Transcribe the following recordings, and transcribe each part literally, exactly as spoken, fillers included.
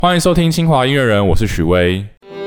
欢迎收听清华音乐人，我是许巍。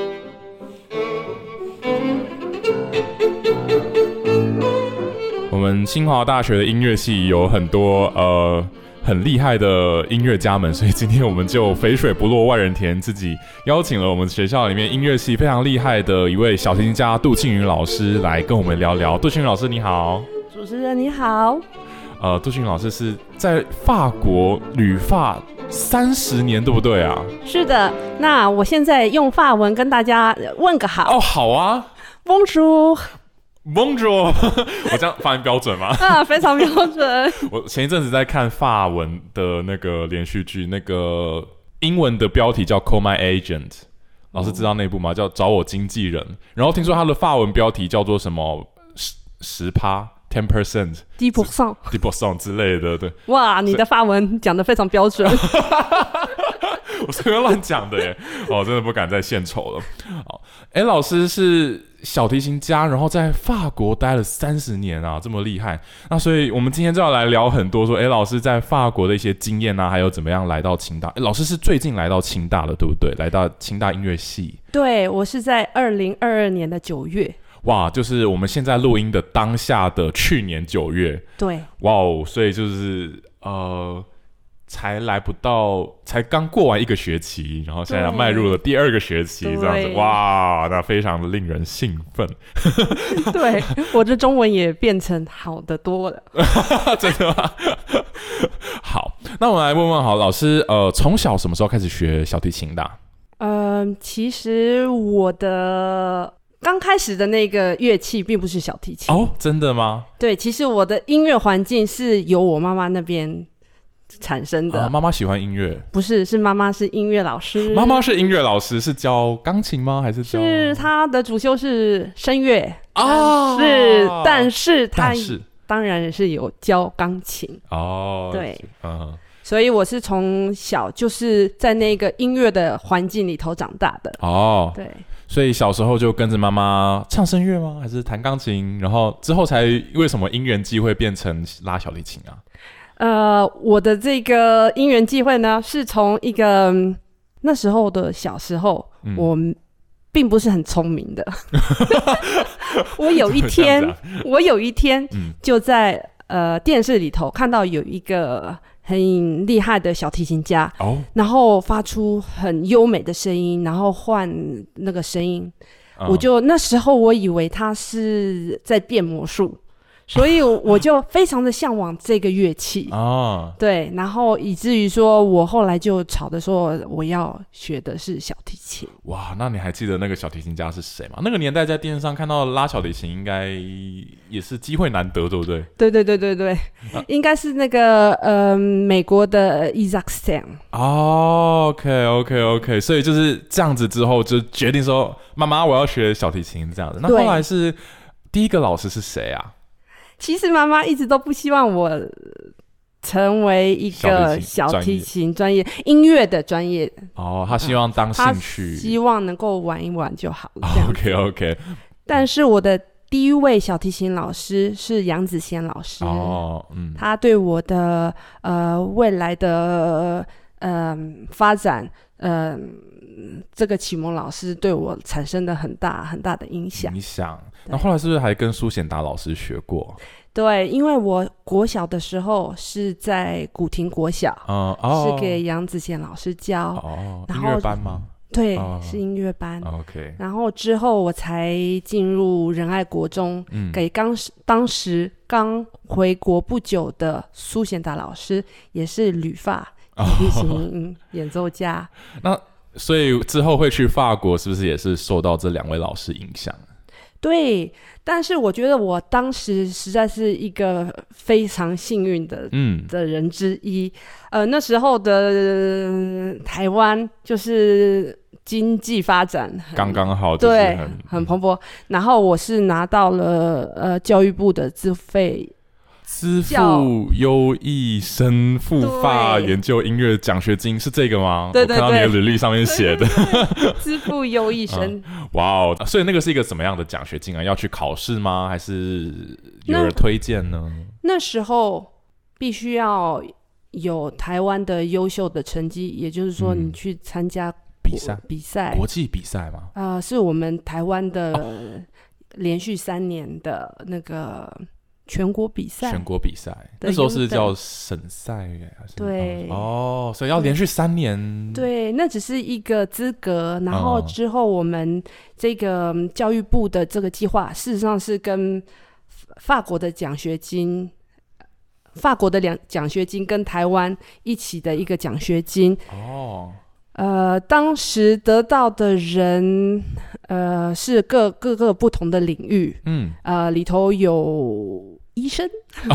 我们清华大学的音乐系有很多呃很厉害的音乐家们，所以今天我们就肥水不落外人田，自己邀请了我们学校里面音乐系非常厉害的一位小提琴家杜庆云老师来跟我们聊聊。杜庆云老师你好。 主持人你好。 呃，杜庆云老师是在法国旅法三十年，对不对啊？ 是的，那我现在用法文跟大家问个好。 哦，好啊。 Bonjour。 Bonjour， 我这样发音标准吗？ 啊，非常标准。 我前一阵子在看法文的那个连续剧，那个英文的标题叫 Call My Agent， 老师知道那部吗？叫找我经纪人。然后听说他的法文标题叫做什么十趴。ten percent 十 percent 十 percent 之类的，对。 哇，你的法文讲得非常标准。 我随便乱讲的耶，哦，真的不敢再献丑了。好，哎，老师是小提琴家，然后在法国待了三十年啊，这么厉害。那所以我们今天就要来聊很多说，哎，老师在法国的一些经验啊，还有怎么样来到清大。老师是最近来到清大的，对不对？来到清大音乐系。 对，我是在二零二二年的九月。 哇，就是我们现在录音的当下的去年九月。 对。 哇哦，所以就是呃，才来不到，才刚过完一个学期，然后现在迈入了第二个学期，这样子，哇，那非常的令人兴奋。 对，我这中文也变成好得多了。 真的吗？好，那我们来问问好老师，呃，从小什么时候开始学小提琴的啊？ 呃，其实我的刚开始的那个乐器并不是小提琴。 哦，真的吗？ 对，其实我的音乐环境是由我妈妈那边产生的。 啊，妈妈喜欢音乐？ 不是，是妈妈是音乐老师。 妈妈是音乐老师，是教钢琴吗？还是教？ 是她的主修是声乐啊， 是，但是她当然也是有教钢琴。 哦， 对， 嗯。 所以我是从小就是在那个音乐的环境里头长大的。 哦， 对。 所以小时候就跟着妈妈唱声乐吗？还是弹钢琴？然后之后才为什么因缘际会变成拉小提琴啊？ 呃，我的这个因缘际会呢，是从一个那时候的小时候，嗯、我并不是很聪明的。我有一天，啊、我有一天就在、嗯、呃电视里头看到有一个很厉害的小提琴家，哦、然后发出很优美的声音，然后换那个声音，哦、我就那时候我以为他是在变魔术，所以我就非常的向往这个乐器。哦，对，然后以至于说我后来就吵着说我要学的是小提琴。 哇，那你还记得那个小提琴家是谁吗？那个年代在电视上看到拉小提琴应该也是机会难得，对不对？ 对对对对对，啊、应该是那个呃美国的 Isaac Stern。 哦 ，OK OK OK， 所以就是这样子之后就决定说妈妈我要学小提琴这样子。那后来是第一个老师是谁啊？ 其实妈妈一直都不希望我成为一个小提琴专业音乐的专业。哦， 她希望当兴趣， 希望能够玩一玩就好了。 OK OK。 但是我的第一位小提琴老师是杨子贤老师。哦，嗯，他对我的呃未来的呃发展呃这个启蒙老师对我产生了很大很大的影响。 影响。那后来是不是还跟苏显达老师学过？ 对，因为我国小的时候是在古亭国小，嗯哦、是给杨子贤老师教。 哦，音乐班吗？ 对，哦、是音乐班。 OK。 然后之后我才进入仁爱国中，嗯、给刚当时刚回国不久的苏显达老师，也是旅法小提琴演奏家。 那所以之后会去法国，是不是也是受到这两位老师影响？ 对，但是我觉得我当时实在是一个非常幸运的、嗯、的人之一。呃，那时候的、呃、台湾就是经济发展刚刚好，就是对，很蓬勃。然后我是拿到了呃教育部的自费。 资赋优异生赴法研究音乐奖学金是这个吗？ 对对对， 我看到你的履历上面写的资赋优异生。 哇哦！所以那个是一个什么样的奖学金啊？要去考试吗？还是有人推荐呢？ 那, 那时候必须要有台湾的优秀的成绩，也就是说你去参加比赛比赛国际比赛吗？ 啊、呃，是我们台湾的、哦、连续三年的那个全国比赛， 全国比赛那时候是叫省赛还是？ 对哦，所以要连续三年。 对，那只是一个资格，然后之后我们这个教育部的这个计划，事实上是跟法国的奖学金。法国的两奖学金跟台湾一起的一个奖学金哦， 呃，当时得到的人，呃，是各各个不同的领域，嗯，呃，里头有医生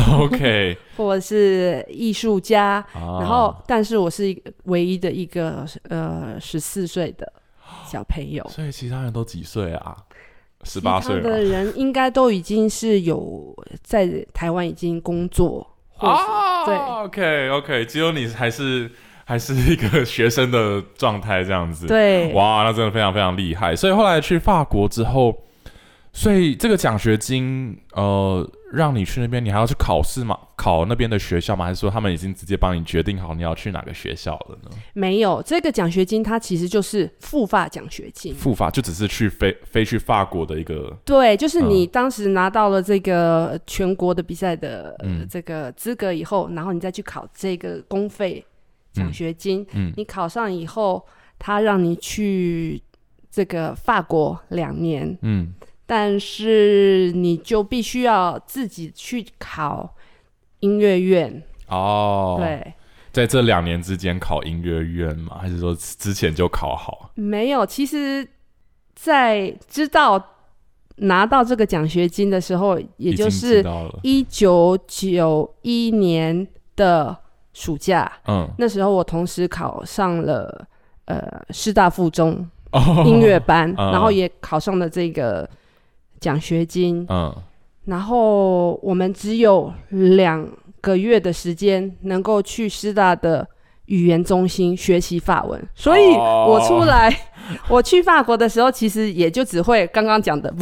，OK， 或者是艺术家，啊、然后，但是我是唯一的一个呃十四岁的小朋友， 所以其他人都几岁啊？十八岁的人应该都已经是有在台湾已经工作。 啊， 对 ，OK OK， 只有你还是还是一个学生的状态这样子， 对， 哇，那真的非常非常厉害。所以后来去法国之后，所以这个奖学金，呃，让你去那边，你还要去考试吗？考那边的学校吗？还是说他们已经直接帮你决定好你要去哪个学校了呢？ 没有，这个奖学金它其实就是赴法奖学金。 赴法就只是去飞飞去法国的一个， 对，就是你当时拿到了这个全国的比赛的、嗯呃、这个资格以后，然后你再去考这个公费奖学金。嗯嗯、你考上以后，他让你去这个法国两年。嗯。但是你就必须要自己去考音乐院哦。 对， 在这两年之间考音乐院吗？还是说之前就考好？ 没有，其实在知道拿到这个奖学金的时候，也就是一九九一年的暑假，嗯，那时候我同时考上了呃师大附中音乐班，哦、然后也考上了这个奖学金，嗯，然后我们只有两个月的时间能够去师大的语言中心学习法文，所以我出来，哦、我去法国的时候，其实也就只会刚刚讲的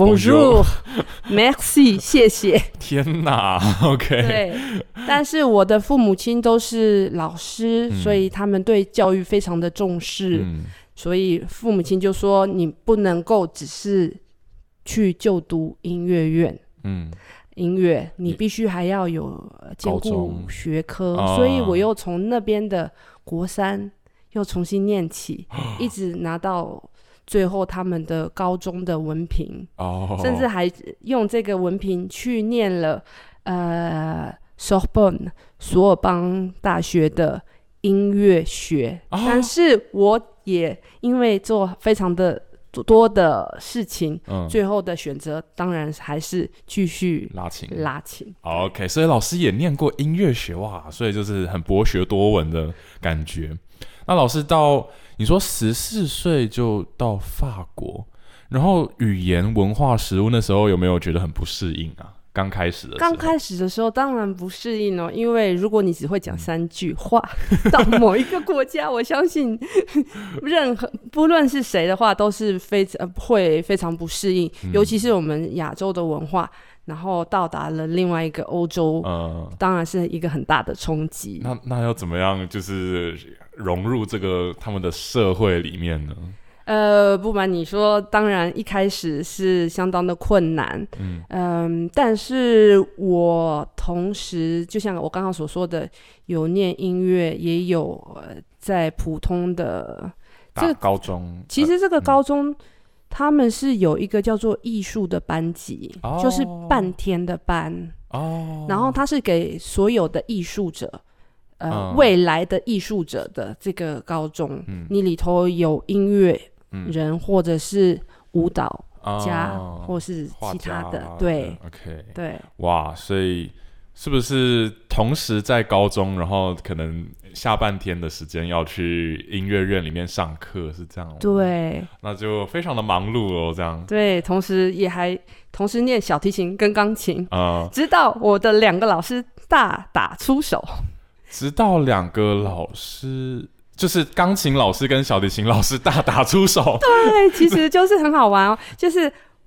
Bonjour、Merci 谢谢。 天哪 ，OK。 对，但是我的父母亲都是老师，嗯、所以他们对教育非常的重视，嗯、所以父母亲就说你不能够只是去就读音乐院，嗯，音乐你必须还要有兼顾学科，所以我又从那边的国三又重新念起，一直拿到最后他们的高中的文凭，哦，甚至还用这个文凭去念了呃 Sorbonne 索尔邦大学的音乐学，哦，但是我也因为做非常的多的事情，嗯、最后的选择当然还是继续拉琴。 拉琴。 OK， 所以老师也念过音乐学，哇，所以就是很博学多闻的感觉。那老师到你说十四岁就到法国，然后语言、文化、食物那时候有没有觉得很不适应啊？刚开始的时候， 刚开始的时候当然不适应哦，因为如果你只会讲三句话，嗯、到某一个国家，我相信任何不论是谁的话，都是非常会非常不适应，嗯、尤其是我们亚洲的文化，然后到达了另外一个欧洲，嗯、当然是一个很大的冲击。 那那要怎么样，就是融入这个他们的社会里面呢？ 呃，不瞒你说，当然一开始是相当的困难，嗯、呃，但是我同时就像我刚刚所说的，有念音乐，也有、呃、在普通的这个高中。 其实这个高中、呃嗯、他们是有一个叫做艺术的班级，哦、就是半天的班，哦，然后它是给所有的艺术者。呃，嗯、未来的艺术者的这个高中，嗯、你里头有音乐人，嗯、或者是舞蹈家，哦、或是其他的，对 ，OK， 对， 哇，所以是不是同时在高中，然后可能下半天的时间要去音乐院里面上课，是这样吗？ 对， 那就非常的忙碌哦，这样。 对，同时也还同时念小提琴跟钢琴，嗯、直到我的两个老师大打出手。 直到两个老师，就是钢琴老师跟小提琴老师大打出手。 对，其实就是很好玩哦。就是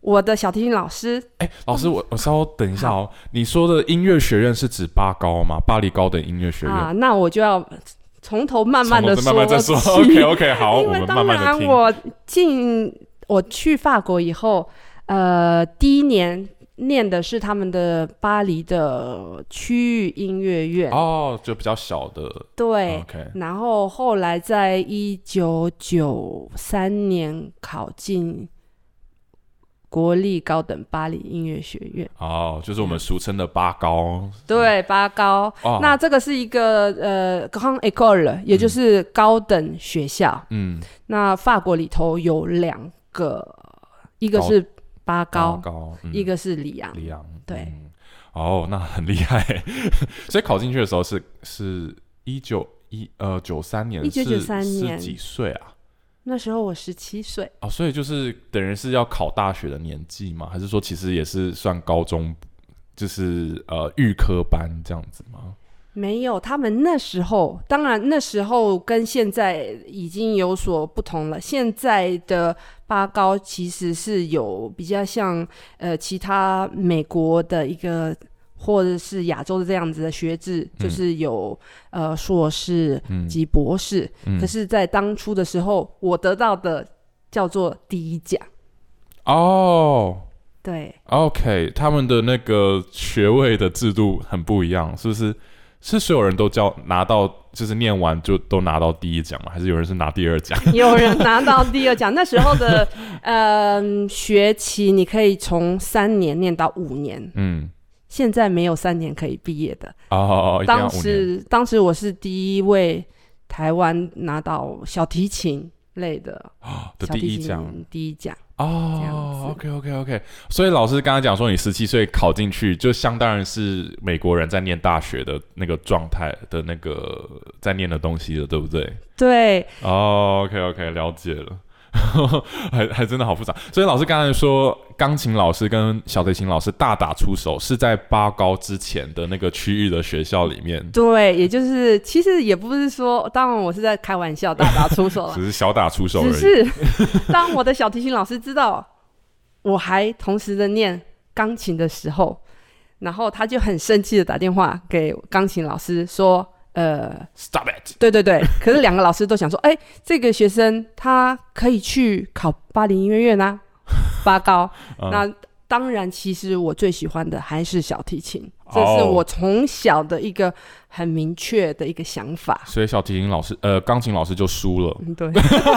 我的小提琴老师， 哎、欸，老师，我我稍等一下哦。你说的音乐学院是指巴高吗？巴黎高等音乐学院啊？ 那我就要从头慢慢的说， 慢慢再说。OK OK， 好，我们慢慢的听。 因为当然，我进我去法国以后，呃，第一年念的是他们的巴黎的区域音乐院哦，就比较小的。 对 ，OK。 然后后来在一九九三年考进国立高等巴黎音乐学院。 哦，就是我们俗称的巴高。 对，巴高。哦、那这个是一个呃 Grand École， 也就是高等学校。嗯。那法国里头有两个，一个是巴高，高嗯、一个是里昂。 里昂。 对、 嗯。哦，那很厉害。所以考进去的时候是是一九一呃九三年， 一九九三年是几岁啊？ 那时候我十七岁。 哦，所以就是等于是要考大学的年纪吗？还是说其实也是算高中，就是呃预科班这样子吗？ 没有，他们那时候，当然那时候跟现在已经有所不同了。现在的巴高其实是有比较像呃其他美国的一个或者是亚洲的这样子的学制，嗯、就是有呃硕士及博士。嗯、可是，在当初的时候，我得到的叫做第一奖。 哦， 对 ，OK， 他们的那个学位的制度很不一样，是不是？是所有人都叫拿到，就是念完就都拿到第一奖吗？还是有人是拿第二奖？ 有人拿到第二奖。那时候的呃学期，你可以从三年念到五年。嗯，现在没有三年可以毕业的。 哦， 当时当时我是第一位台湾拿到小提琴类的、 哦、的第一奖， 第一奖。 哦 ，OK OK OK， 所以老师刚刚讲说你十七岁考进去，就相当于是美国人在念大学的那个状态的那个在念的东西了，对不对？ 对。 哦 ，OK OK， 了解了。还还真的好复杂，所以老师刚才说钢琴老师跟小提琴老师大打出手是在巴高之前的那个区域的学校里面。 对，也就是其实也不是说，当然我是在开玩笑，大打出手了， 只是小打出手而已。 只是当我的小提琴老师知道我还同时的念钢琴的时候，然后他就很生气的打电话给钢琴老师说。呃 ，Stop it！ 对对对，可是两个老师都想说，哎、欸，这个学生他可以去考巴黎音乐院啊，巴高。嗯、那当然，其实我最喜欢的还是小提琴，这是我从小的一个很明确的一个想法。 所以小提琴老师，呃，钢琴老师就输了。 嗯、对。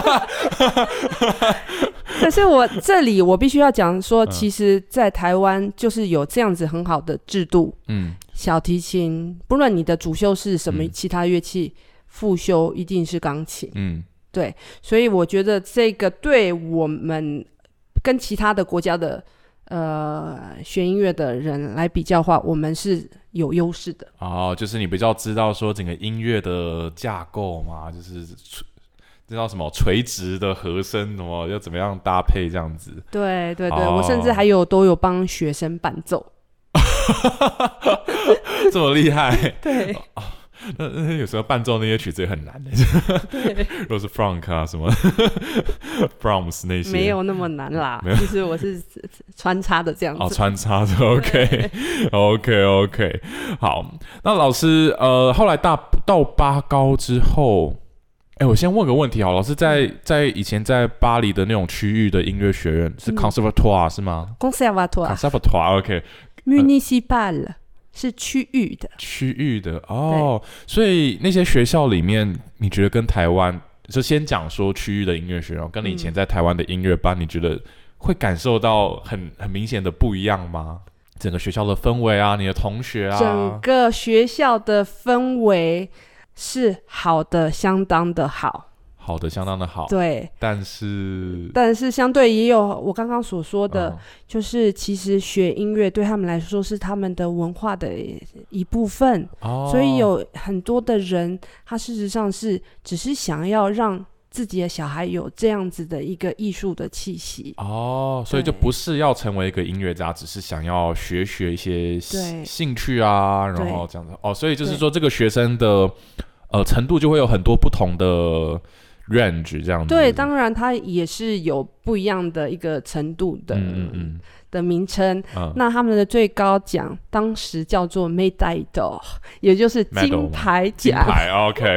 可是我这里我必须要讲说，其实，在台湾就是有这样子很好的制度。嗯。小提琴，不论你的主修是什么其他乐器，嗯、副修一定是钢琴。嗯，对，所以我觉得这个对我们跟其他的国家的呃学音乐的人来比较的话，我们是有优势的。 哦，就是你比较知道说整个音乐的架构嘛，就是知道什么垂直的和声，什么要怎么样搭配这样子。 对对对，哦、我甚至还有都有帮学生伴奏。 这么厉害。 对、 哦、那, 那有时候伴奏那些曲子也很难。 对， 如果是 Frank 啊什么Brahms 那些没有那么难啦，就是我是穿插的这样子。 哦，穿插的 OK OK OK。 好，那老师呃后来大到巴高之后，哎，我先问个问题好，老师在在以前在巴黎的那种区域的音乐学院是 Conservatoire、嗯、是吗？ Conservatoire Conservatoire OK Municipal、呃、是区域的区域的哦，所以那些学校里面你觉得跟台湾就先讲说区域的音乐学院跟你以前在台湾的音乐班、嗯、你觉得会感受到很很明显的不一样吗？整个学校的氛围啊，你的同学啊， 整个学校的氛围是好的，相当的好， 好的相当的好。 对， 但是但是相对也有我刚刚所说的、嗯、就是其实学音乐对他们来说是他们的文化的一部分、哦、所以有很多的人他事实上是只是想要让自己的小孩有这样子的一个艺术的气息哦，所以就不是要成为一个音乐家，只是想要学学一些兴趣啊，然后这样子哦，所以就是说这个学生的呃程度就会有很多不同的 range 这样子。 对，当然它也是有不一样的一个程度的。嗯嗯嗯的名称、嗯，那他们的最高奖当时叫做 Medal， 也就是金牌奖。金牌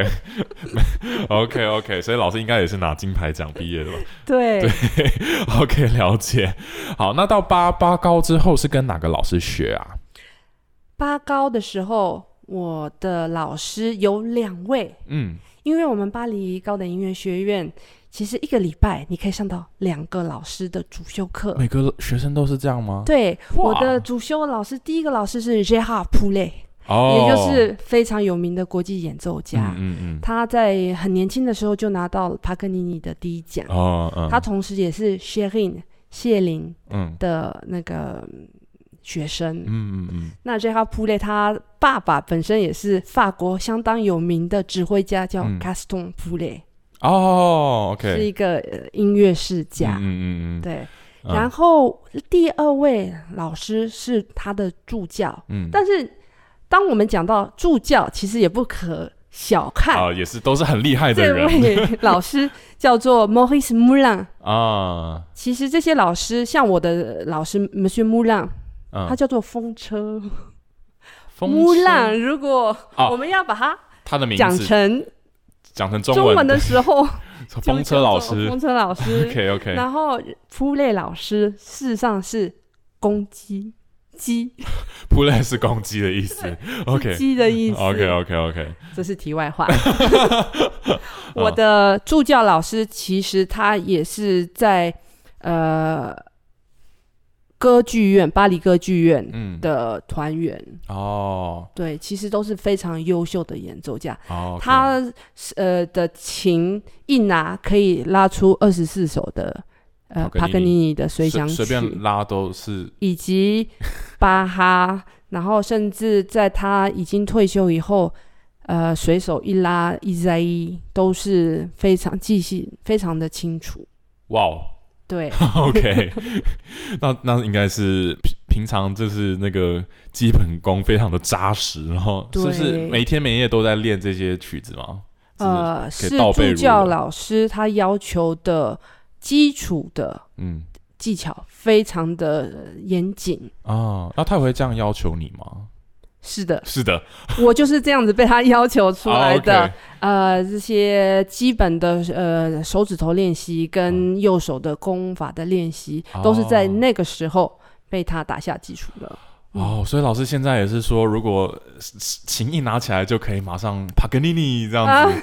，OK，OK，OK，、okay. okay, okay, 所以老师应该也是拿金牌奖毕业的吧？ 对对 ，OK， 了解。好，那到八八高之后是跟哪个老师学啊？ 八高的时候，我的老师有两位，嗯，因为我们巴黎高等音乐学院。其实一个礼拜你可以上到两个老师的主修课， 每个学生都是这样吗？ 对，我的主修老师第一个老师是 Gérard Poulet，、哦、也就是非常有名的国际演奏家。嗯嗯嗯，他在很年轻的时候就拿到帕格尼尼的第一奖。哦嗯，他同时也是 Chérine 谢琳的那个学生。嗯嗯嗯，那 Gérard Poulet 他爸爸本身也是法国相当有名的指挥家，叫 Gaston Poulet。 哦、oh, ，OK， 是一个、呃、音乐世家，嗯嗯嗯，对。嗯、然后第二位老师是他的助教，嗯，但是当我们讲到助教，其实也不可小看啊、呃，也是都是很厉害的人。 这位老师叫做 Maurice Moulin 啊。其实这些老师，像我的老师 Monsieur Moulin，、嗯、他叫做风车。风车 Moulin， 如果我们要把它他的名字讲成。 讲成中 文, 中文的时候， 风车老师， 风车老师 ，OK OK。 然后扑类老师事实上是公鸡，鸡， 扑类是公鸡的意思 ，OK， 鸡的意思 ，OK OK OK。 这是题外话。我的助教老师其实他也是在呃。歌剧院，巴黎歌剧院的团员、嗯、哦，对，其实都是非常优秀的演奏家。哦 okay、他呃的琴一拿可以拉出二十四首的呃帕格尼尼的随想曲， 随便拉都是， 以及巴哈，然后甚至在他已经退休以后，呃，随手一拉一在一都是非常记性非常的清楚。 哇哦！ 对 ，OK， 那那应该是平常就是那个基本功非常的扎实，然后是不是每天每夜都在练这些曲子吗？ 呃，是助教老师他要求的基础的嗯技巧非常的严谨啊。那他也会这样要求你吗？ 是的， 是的， 我就是这样子被他要求出来的。oh, okay. 呃，这些基本的呃手指头练习跟右手的弓法的练习， oh. 都是在那个时候被他打下基础的。 哦、嗯， oh, 所以老师现在也是说，如果琴一拿起来就可以马上帕格尼尼这样子。啊、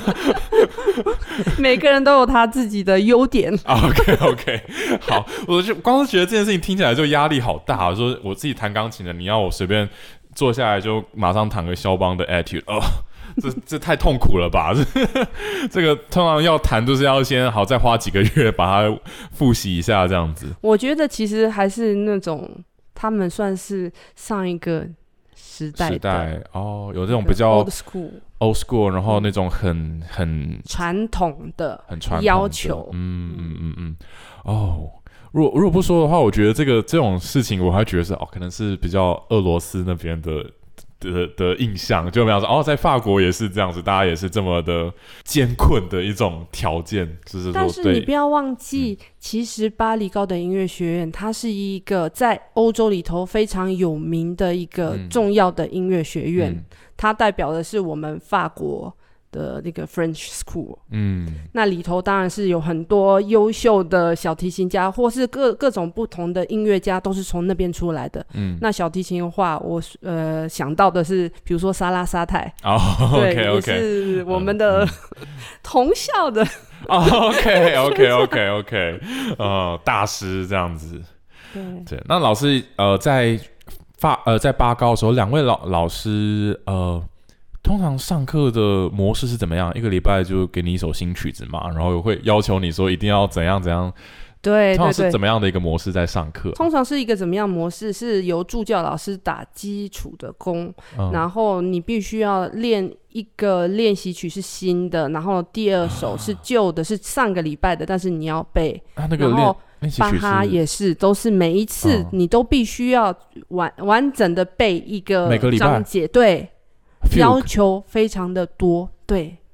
每个人都有他自己的优点。 OK OK， 好，我就光是觉得这件事情听起来就压力好大。说我自己弹钢琴的，你要我随便坐下来就马上弹个肖邦的 Etude， 哦，这这太痛苦了吧？这个通常要弹就是要先好再花几个月把它复习一下这样子。 我觉得其实还是那种他们算是上一个时代的时代哦，有这种比较 old school old school， 然后那种很很传统的很传统的要求， 嗯嗯嗯嗯，哦。如果如果不说的话，我觉得这个这种事情，我还觉得是哦，可能是比较俄罗斯那边的的的印象，就没有说哦，在法国也是这样子，大家也是这么的艰困的一种条件，就是说。 但是你不要忘记，嗯、其实巴黎高等音乐学院它是一个在欧洲里头非常有名的一个重要的音乐学院，嗯、它代表的是我们法国的那个 French School， 嗯，那里头当然是有很多优秀的小提琴家，或是各各种不同的音乐家，都是从那边出来的。嗯，那小提琴的话，我呃想到的是，比如说莎拉沙泰， 哦， 对 ，OK OK， 也是我们的、嗯、同校的。 哦 ，OK OK OK OK， 呃，大师这样子。 对对，那老师呃在法呃在巴高的时候，两位老老师呃。通常上课的模式是怎么样？一个礼拜就给你一首新曲子嘛，然后会要求你说一定要怎样怎样。 对，对对， 通常是怎么样的一个模式在上课？ 通常是一个怎么样模式？是由助教老师打基础的功、嗯，然后你必须要练一个练习曲是新的，然后第二首是旧的，啊、是上个礼拜的，但是你要背。 啊、那个然后巴哈也是，都是每一次你都必须要完、嗯、完整的背一个章节，对。要求非常的多，对，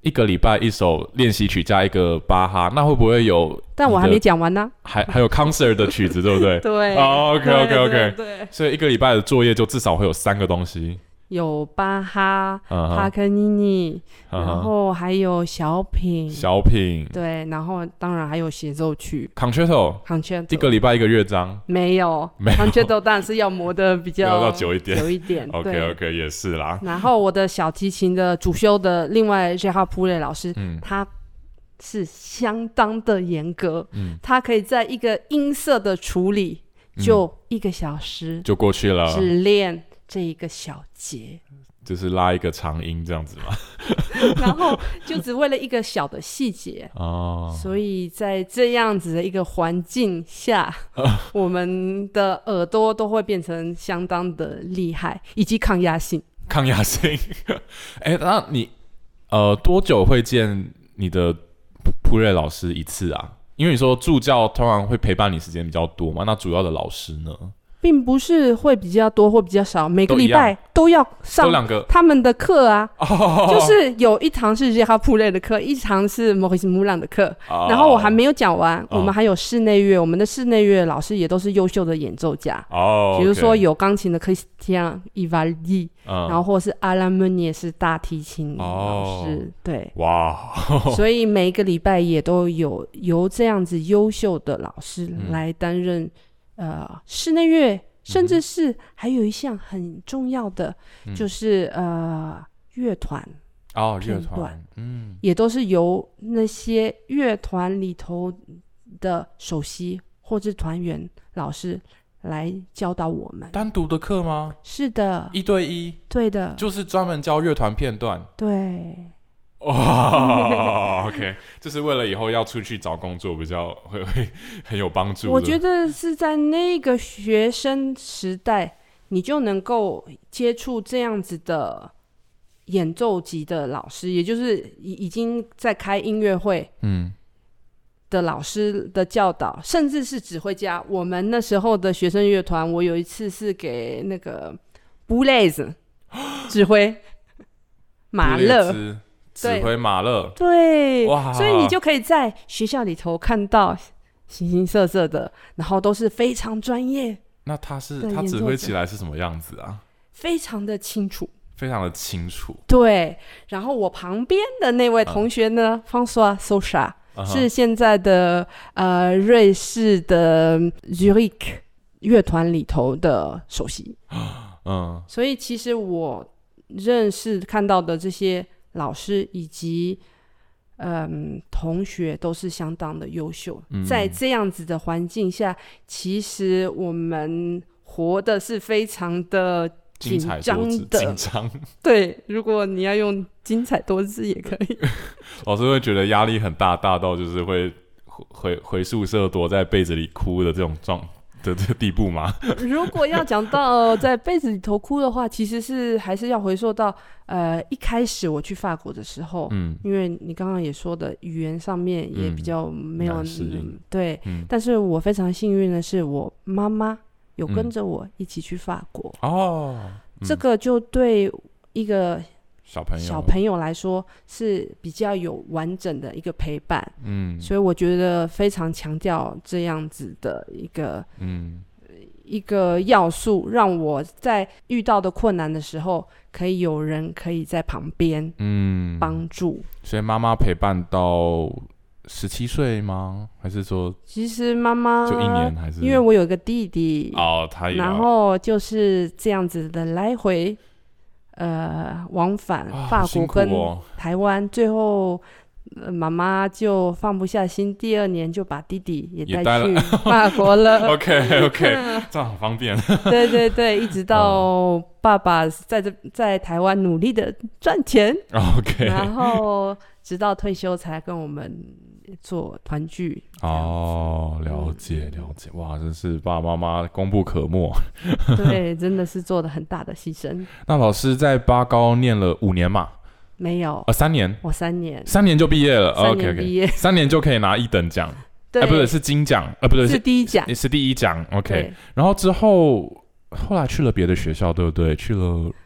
一个礼拜一首练习曲加一个巴哈，那会不会有？ 但我还没讲完呢、 啊，还还有 concert 的曲子，对不对？ 对。 哦、oh, ，OK OK OK， 对, 对, 对， 所以一个礼拜的作业就至少会有三个东西。 有巴哈、 uh-huh. 帕克尼尼， uh-huh. 然后还有小品， 小品， 对，然后当然还有协奏曲 ，concerto，concerto， 一个礼拜一个乐章， 没有，没有 concerto 当然是要磨的比较要久一点， 久一点 ，OK OK 也是啦。 然后我的小提琴的主修的另外 Gérard Poulet 老师，嗯，他是相当的严格，嗯，他可以在一个音色的处理就一个小时、嗯、 就过去了， 只练这一个小节， 就是拉一个长音这样子嘛然后就只为了一个小的细节哦，所以在这样子的一个环境下、啊、我们的耳朵都会变成相当的厉害，以及抗压性抗压性哎、欸，那你呃多久会见你的普瑞老师一次啊？因为你说助教通常会陪伴你时间比较多嘛，那主要的老师呢？ 并不是会比较多或比较少，每个礼拜都要上他们的课啊，就是有一堂是 Gérard Poulet 的课，一堂是 Maurice Moulin 的课、哦、然后我还没有讲完、哦、我们还有室内乐，我们的室内乐老师也都是优秀的演奏家、哦、比如说有钢琴的 Christian Ivaldi、嗯、然后或是 Alain Meunier 是大提琴老师、哦、对，哇所以每个礼拜也都有由这样子优秀的老师来担任、嗯呃，室内乐，甚至是还有一项很重要的，嗯、就是呃乐团哦，乐团，嗯， 也都是由那些乐团里头的首席或是团员老师来教导我们。 单独的课吗？ 是的， 一对一， 对的， 就是专门教乐团片段。 对。 哇、oh, ，OK， 就是为了以后要出去找工作比较会会很有帮助的。 我觉得是在那个学生时代，你就能够接触这样子的演奏级的老师，也就是已经在开音乐会的老师的教导，嗯、甚至是指挥家。我们那时候的学生乐团，我有一次是给那个 Boulez 指挥马勒。 指挥马勒， 对，所以你就可以在学校里头看到形形色色的，然后都是非常专业。 那他是他指挥起来是什么样子啊？ 非常的清楚， 非常的清楚。 对，然后我旁边的那位同学呢、嗯、，François Socha、uh-huh. 是现在的呃瑞士的 Zurich 乐团里头的首席。嗯，所以其实我认识看到的这些老师以及嗯同学都是相当的优秀、嗯、在这样子的环境下，其实我们活的是非常的紧张的， 紧张。 对，如果你要用精彩多姿也可以。 老师会觉得压力很大，大到就是会回回宿舍躲在被子里哭的这种状的这个地步吗？ 如果要讲到在被子里头哭的话，其实是还是要回溯到呃一开始我去法国的时候，嗯，因为你刚刚也说的语言上面也比较没有、嗯嗯、对、嗯，但是我非常幸运的是我妈妈有跟着我一起去法国、嗯、哦、嗯，这个就对一个小朋友小朋友来说是比较有完整的一个陪伴，嗯，所以我觉得非常强调这样子的一个嗯一个要素，让我在遇到的困难的时候可以有人可以在旁边嗯帮助。 所以妈妈陪伴到十七岁吗？还是说其实妈妈就一年？还是因为我有一个弟弟哦，他也然后就是这样子的来回呃，往返法国跟台湾、哦哦，最后妈妈、呃、就放不下心，第二年就把弟弟也带去法国了。 OK OK， 这样很方便。 对对对，一直到爸爸在这在台湾努力的赚钱、 OK， 然后直到退休才跟我们做团聚。 哦，了解了解，哇，真是爸爸妈妈功不可没。 对，真的是做了很大的牺牲。 那老师在巴高念了五年嘛？ 没有， 呃，三年。 我三年， 三年就毕业了。 三年毕业 ，OK OK， 三年就可以拿一等奖。对，哎、不对，是金奖，呃，不对， 是第一奖， 是第一奖。OK， 然后之后后来去了别的学校，对不对？去了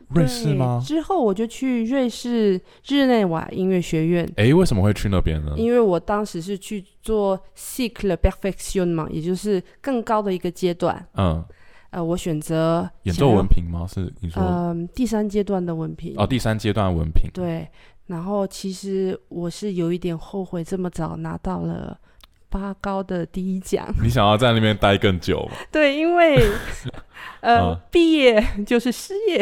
瑞士吗？ 之后我就去瑞士日内瓦音乐学院。 哎，为什么会去那边呢？ 因为我当时是去做 cycle perfection 嘛，也就是更高的一个阶段。嗯，呃，我选择演奏文凭吗？是你说？ 嗯，第三阶段的文凭。 哦，第三阶段的文凭。 对，然后其实我是有一点后悔这么早拿到了八高的第一奖。 你想要在那边待更久吗？ 对，因为呃，嗯、毕业就是失业。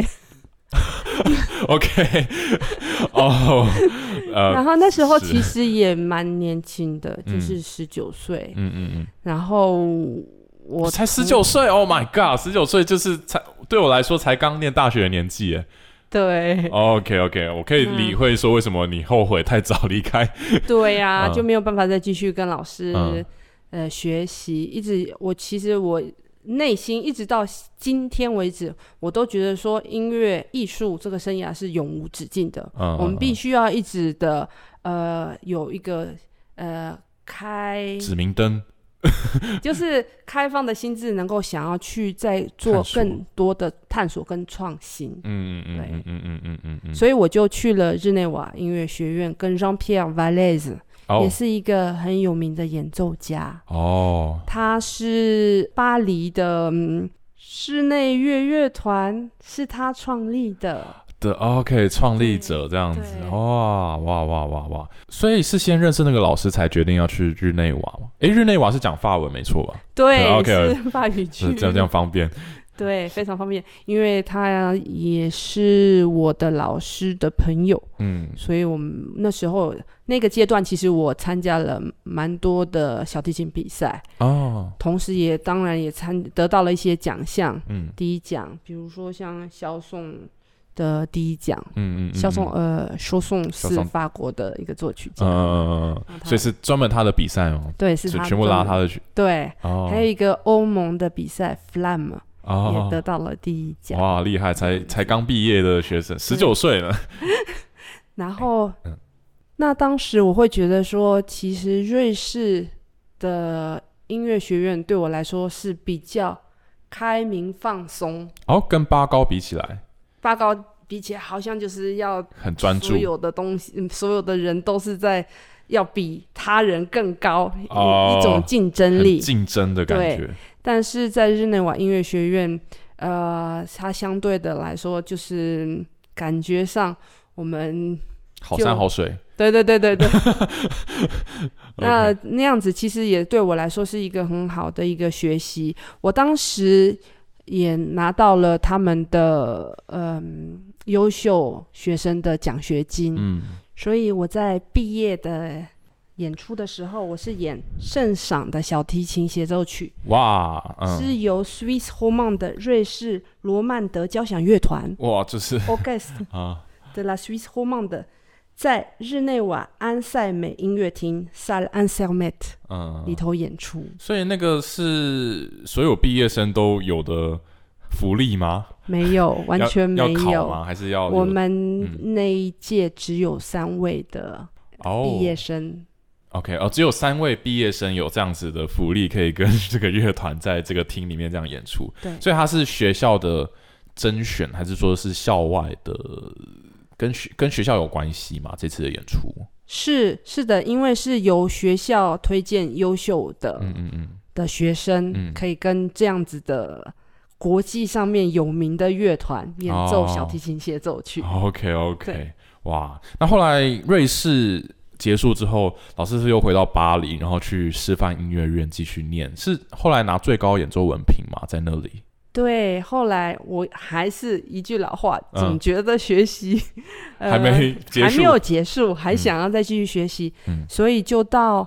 OK， 哦，呃， 然后那时候其实也蛮年轻的，就是十九岁。嗯嗯嗯。然后我才十九岁 ，Oh my God， 十九岁就是才对我来说才刚念大学的年纪耶。 对 ，OK OK， 我可以理会说为什么你后悔太早离开。 对呀、啊嗯，就没有办法再继续跟老师、嗯、呃学习，一直我其实我内心一直到今天为止，我都觉得说音乐艺术这个生涯是永无止境的。嗯，我们必须要一直的呃有一个呃开指明灯。 就是开放的心智，能够想要去再做更多的探索跟创新。嗯嗯嗯嗯嗯嗯嗯嗯。所以我就去了日内瓦音乐学院，跟 Jean-Pierre Valez、哦、也是一个很有名的演奏家。哦。他是巴黎的、嗯、室内乐乐团，是他创立的。 的 OK 创立者这样子，哇哇哇哇哇！所以是先认识那个老师才决定要去日内瓦吗？哎，日内瓦是讲法文没错吧？ 对，对 OK， 是法语区， 这样这样方便。 对，非常方便，因为他也是我的老师的朋友，嗯，所以我们那时候那个阶段，其实我参加了蛮多的小提琴比赛哦，同时也当然也参得到了一些奖项，嗯，第一奖，比如说像肖颂的第一奖，嗯嗯，肖颂呃，肖颂是法国的一个作曲家， 嗯嗯，所以是专门他的比赛哦， 对，是他全部拉他的曲， 对，哦，还有一个欧盟的比赛 Flamme。哦、也得到了第一奖， 哇，厉害！才才刚毕业的学生，十九岁了。 然后、嗯，那当时我会觉得说，其实瑞士的音乐学院对我来说是比较开明放松。 哦，跟八高比起来， 八高比起来好像就是要很专注， 所有的东西，所有的人都是在要比他人更高，哦、一种竞争力， 竞争的感觉。 但是在日内瓦音乐学院，呃，它相对的来说，就是感觉上我们好山好水， 对对对对对。那那样子其实也对我来说是一个很好的一个学习。我当时也拿到了他们的嗯优秀学生的奖学金，嗯，所以我在毕业的演出的时候，我是演圣赏的小提琴协奏曲，哇、嗯，是由 Swiss Romand 的瑞士罗曼德交响乐团， 哇，就是 Orchestre 的 La Suisse Romande 在日内瓦安塞美音乐厅 Salle Ansermet 里头演出、嗯。 所以那个是所有毕业生都有的福利吗？ 没有，完全没有。 要考吗？还是要？ 我们那一届只有三位的毕业生。哦 OK， 哦，只有三位毕业生有这样子的福利，可以跟这个乐团在这个厅里面这样演出。对，所以它是学校的甄选，还是说是校外的？跟学跟学校有关系吗？这次的演出是是的，因为是由学校推荐优秀的嗯嗯嗯的学生、嗯，可以跟这样子的国际上面有名的乐团演奏小提琴协奏曲。 哦、OK OK， 哇，那后来瑞士结束之后，老师是又回到巴黎，然后去师范音乐院继续念，是后来拿最高演奏文凭嘛，在那里。 对，后来我还是一句老话，嗯、总觉得学习、 呃、还没结束， 还没有结束，还想要再继续学习，嗯、所以就到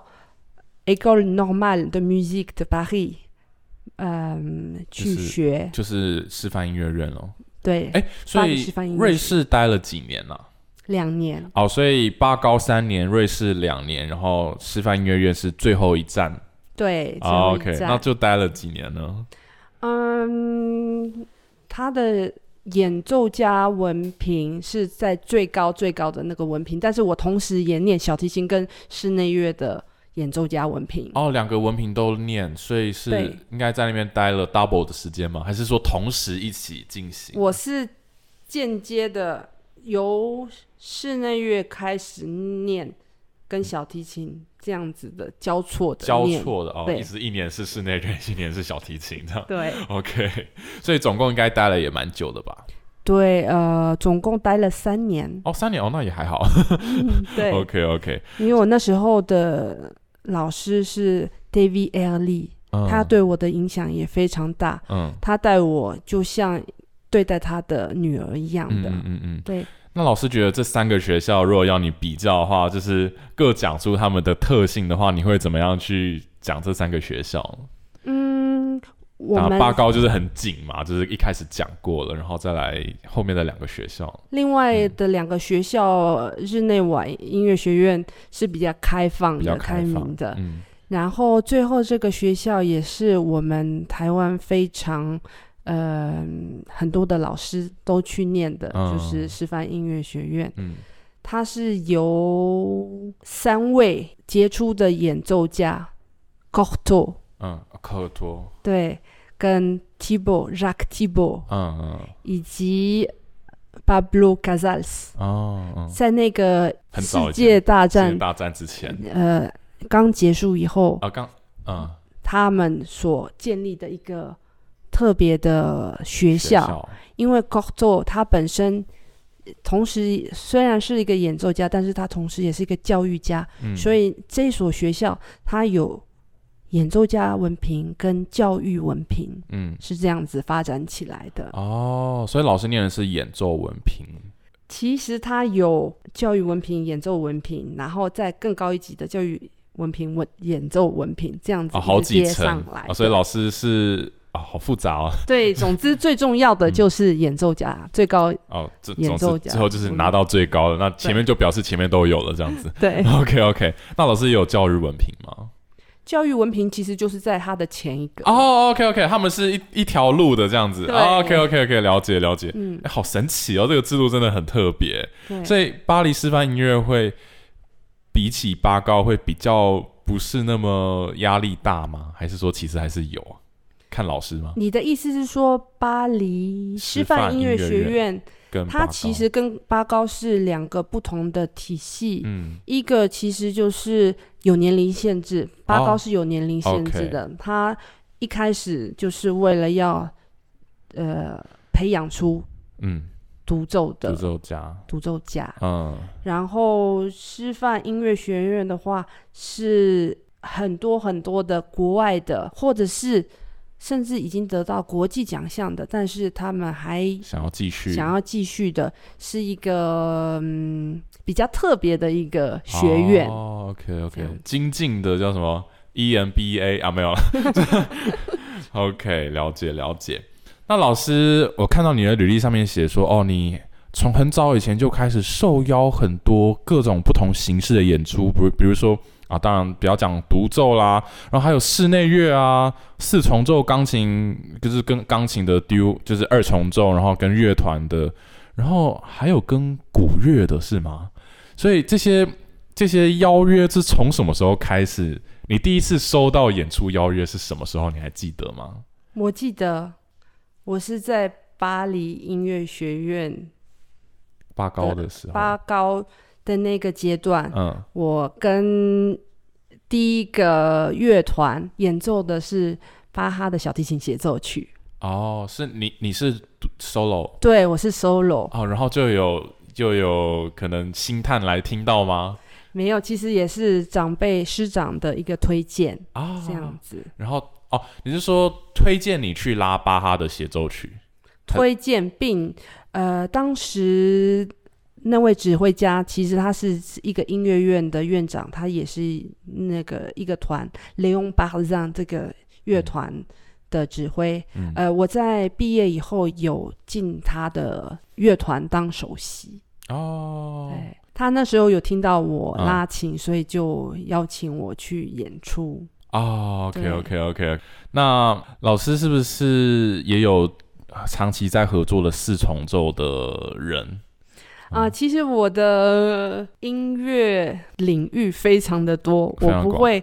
École Normale de Musique de Paris， 嗯，去学， 就是、就是师范音乐院咯。 对， 哎，所以瑞士待了几年啊？ 两年。 哦，所以巴高三年，瑞士两年，然后师范音乐院是最后一站。 对，最后一站。 哦、OK， 那就待了几年呢？ 嗯，他的演奏家文凭是在最高最高的那个文凭，但是我同时也念小提琴跟室内乐的演奏家文凭。 哦，两个文凭都念，所以是应该在那边待了 double 的时间吗？还是说同时一起进行？ 我是间接的由室内乐开始念，跟小提琴这样子的交错的交念错的哦， 对意思一年是室内乐，一年是小提琴这样。 对 ，OK， 所以总共应该待了也蛮久的吧？ 对，呃，总共待了三年。 哦，三年哦，那也还好。 嗯、对 ，OK OK， 因为我那时候的老师是 David Early，、嗯、他对我的影响也非常大。嗯，他带我就像对待他的女儿一样的。 嗯嗯嗯， 对。 那老师觉得这三个学校如果要你比较的话，就是各讲出他们的特性的话，你会怎么样去讲这三个学校？ 嗯，我们八高就是很紧嘛，就是一开始讲过了，然后再来后面的两个学校。 另外的两个学校，嗯、日内瓦音乐学院是比较开放的、 比较开放开明的。 嗯， 然后最后这个学校也是我们台湾非常。呃，很多的老师都去念的，嗯、就是师范音乐学院。嗯，它是由三位杰出的演奏家 Cocteau， 嗯 Cocteau， 对，跟 Thibaut Jacques Thibaut， 嗯嗯， 以及 Pablo Casals， 哦，嗯、 在那个世界大战世界大战之前， 呃，刚结束以后， 啊，刚，嗯， 他们所建立的一个。特别的学 校, 学校因为 Cocteau 他本身同时虽然是一个演奏家，但是他同时也是一个教育家、嗯、所以这所学校他有演奏家文凭跟教育文凭、嗯、是这样子发展起来的。 哦，所以老师念的是演奏文凭。 其实他有教育文凭、演奏文凭，然后再更高一级的教育文凭、文演奏文凭，这样子接上来、 哦、好几层、哦、所以老师是哦、好复杂哦。 对，总之最重要的就是演奏家、嗯、最高演奏家、 哦、最后就是拿到最高的，那前面就表示前面都有了这样子。 对 ，OK OK。那老师有教育文凭吗？ 教育文凭其实就是在他的前一个。 哦 ，OK OK， 他们是一一条路的这样子。哦、OK OK OK， 了解了解。嗯、欸，好神奇哦，这个制度真的很特别。所以巴黎师范音乐会比起八高会比较不是那么压力大吗？还是说其实还是有啊？看老师吗？ 你的意思是说巴黎师范音乐学院它其实跟八高是两个不同的体系、嗯、一个其实就是有年龄限制，八高是有年龄限制的、哦 okay、它一开始就是为了要呃培养出嗯独奏的独奏家独奏家嗯，然后师范音乐学院的话是很多很多的国外的，或者是甚至已经得到国际奖项的，但是他们还想要继续想要继续的，是一个嗯比较特别的一个学院。 哦 ，OK OK， 精进的叫什么 E M B A 啊？没有了。OK， 了解了解。那老师，我看到你的履历上面写说，哦，你从很早以前就开始受邀很多各种不同形式的演出，比如比如说。啊，当然不要讲独奏啦，然后还有室内乐啊，四重奏钢琴就是跟钢琴的 duo， 就是二重奏，然后跟乐团的，然后还有跟古乐的是吗？所以这些这些邀约是从什么时候开始？你第一次收到演出邀约是什么时候？你还记得吗？ 我记得，我是在巴黎音乐学院八高的时候， 八高。的那个阶段、嗯、我跟第一个乐团演奏的是巴哈的小提琴协奏曲。 哦，是你你是 solo？ 对，我是 solo。 哦，然后就有就有可能星探来听到吗？ 没有，其实也是长辈师长的一个推荐啊，这样子。 然后哦，你是说推荐你去拉巴哈的协奏曲？ 推荐并呃，当时。那位指挥家其实他是一个音乐院的院长，他也是那个一个团 Léon Barzin 这个乐团的指挥、嗯呃、我在毕业以后有进他的乐团当首席哦，对，他那时候有听到我拉琴、嗯、所以就邀请我去演出哦 OK OK OK。 那老师是不是也有长期在合作的四重奏的人啊、呃，其实我的音乐领域非常的多，我不会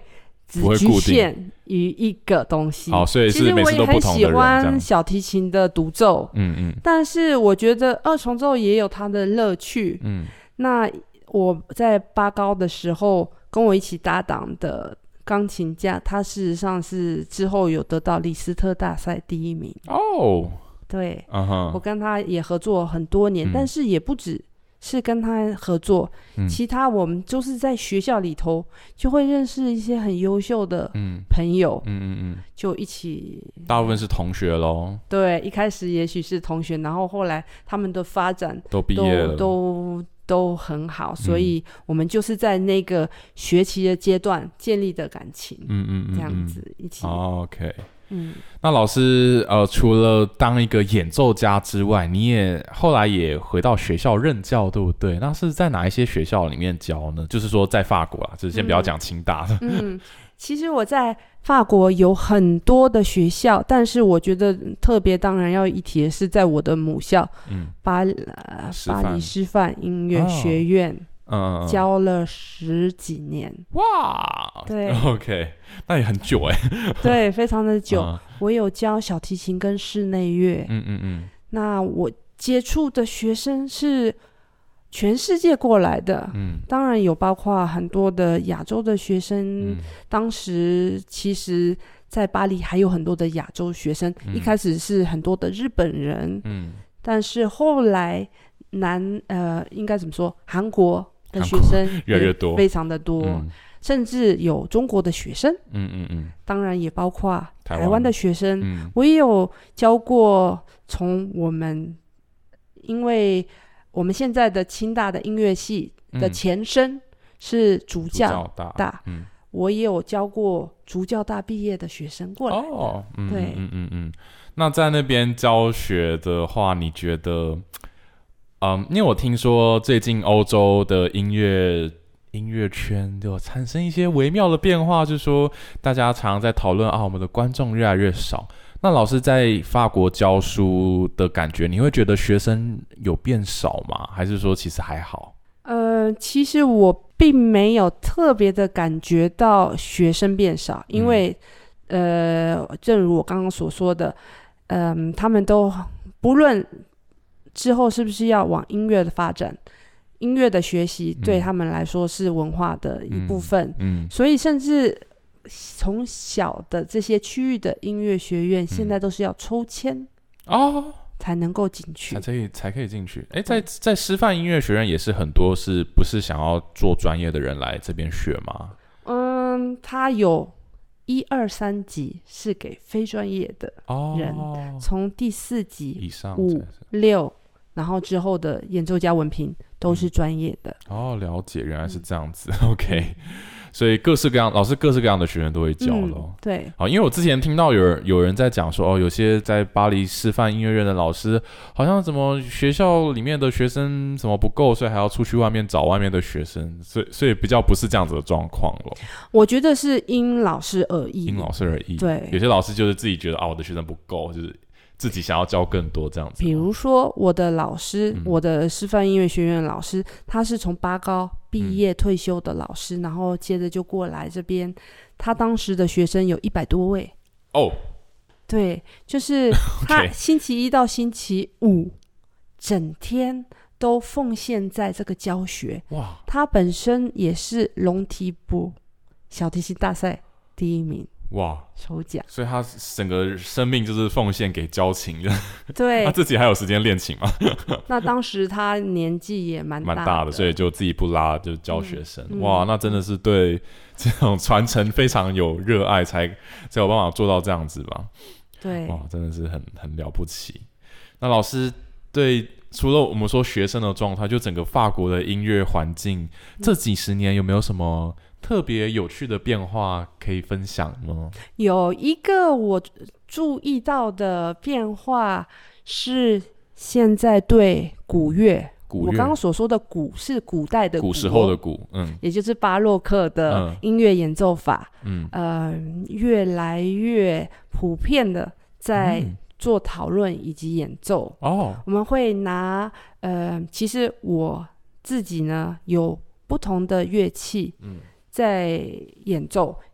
只局限于一个东西。 好，所以是每次都不同的人。其实我也很喜欢小提琴的独奏，嗯嗯，但是我觉得二重奏也有它的乐趣。嗯，那我在八高的时候，跟我一起搭档的钢琴家，他事实上是之后有得到李斯特大赛第一名。哦，对， uh-huh. 我跟他也合作很多年，嗯，但是也不止是跟他合作，嗯，其他我们就是在学校里头就会认识一些很优秀的朋友，嗯嗯嗯，就一起， 大部分是同学咯。 对，一开始也许是同学，然后后来他们的发展都毕业了， 都都都很好，所以我们就是在那个学期的阶段建立的感情，嗯嗯嗯，这样子一起。 哦，OK。嗯，那老师呃，除了当一个演奏家之外，你也后来也回到学校任教，对不对？那是在哪一些学校里面教呢？就是说在法国啦，就是先不要讲清大的。 嗯，其实我在法国有很多的学校，但是我觉得特别当然要一提的是在我的母校，嗯，巴呃巴黎师范音乐学院。哦，嗯，教了十几年。哇， 对 ，OK， 那也很久哎。 对，非常的久。嗯，我有教小提琴跟室内乐。嗯嗯嗯。那我接触的学生是全世界过来的。嗯，当然有包括很多的亚洲的学生。嗯，当时其实在巴黎还有很多的亚洲学生。嗯，一开始是很多的日本人。嗯，但是后来南呃应该怎么说，韩国的学生越来越多， 非常的多，嗯，甚至有中国的学生，嗯嗯嗯，当然也包括台湾的学生。嗯，我也有教过从我们，因为我们现在的清大的音乐系的前身是主教大，主教大，嗯，我也有教过主教大毕业的学生过来的。哦，嗯，对， 嗯嗯嗯。那在那边教学的话，你觉得？嗯，因为我听说最近欧洲的音乐音乐圈就产生一些微妙的变化，就是说大家常常在讨论啊，我们的观众越来越少。那老师在法国教书的感觉，你会觉得学生有变少吗？还是说其实还好？ 呃，其实我并没有特别的感觉到学生变少，因为、嗯、呃，正如我刚刚所说的，嗯、呃，他们都不论之后是不是要往音乐的发展，音乐的学习对他们来说是文化的一部分，嗯嗯，所以甚至从小的这些区域的音乐学院，现在都是要抽签哦才能够进去， 才可以才可以进去。哎，在在师范音乐学院也是很多是不是想要做专业的人来这边学吗？ 嗯，他有一二三级是给非专业的人，哦，从第四级以上五六。然后之后的演奏家文凭都是专业的。 嗯，哦，了解，原来是这样子。嗯、OK， 所以各式各样老师各式各样的学员都会教的，哦。 嗯，对。 好，因为我之前听到有人有人在讲说，哦，有些在巴黎师范音乐院的老师，好像怎么学校里面的学生怎么不够，所以还要出去外面找外面的学生，所以所以比较不是这样子的状况咯。 我觉得是因老师而异， 因老师而异。 对， 有些老师就是自己觉得啊，我的学生不够，就是自己想要教更多这样子。 比如说我的老师，嗯，我的师范音乐学院的老师，他是从八高毕业退休的老师，嗯，然后接着就过来这边，他当时的学生有一百多位。哦，对，就是他星期一到星期五整天都奉献在这个教学。哇，他本身也是龙提布小提琴大赛第一名。哇，抽奖， 所以他整个生命就是奉献给教琴的。 对， 他自己还有时间练琴吗？ 那当时他年纪也蛮大的， 蛮大的，所以就自己不拉，就教学生。嗯，哇，那真的是对这种传承非常有热爱，才才有办法做到这样子吧？ 对， 哇，真的是很很了不起。那老师对除了我们说学生的状态，就整个法国的音乐环境，这几十年有没有什么特别有趣的变化可以分享吗？ 有一个我注意到的变化是，现在对古乐，古乐我刚刚所说的古是古代的古， 古时候的古，嗯， 也就是巴洛克的音乐演奏法，嗯，呃，越来越普遍的在做讨论以及演奏。哦，我们会拿，呃，其实我自己呢有不同的乐器，嗯。在演奏，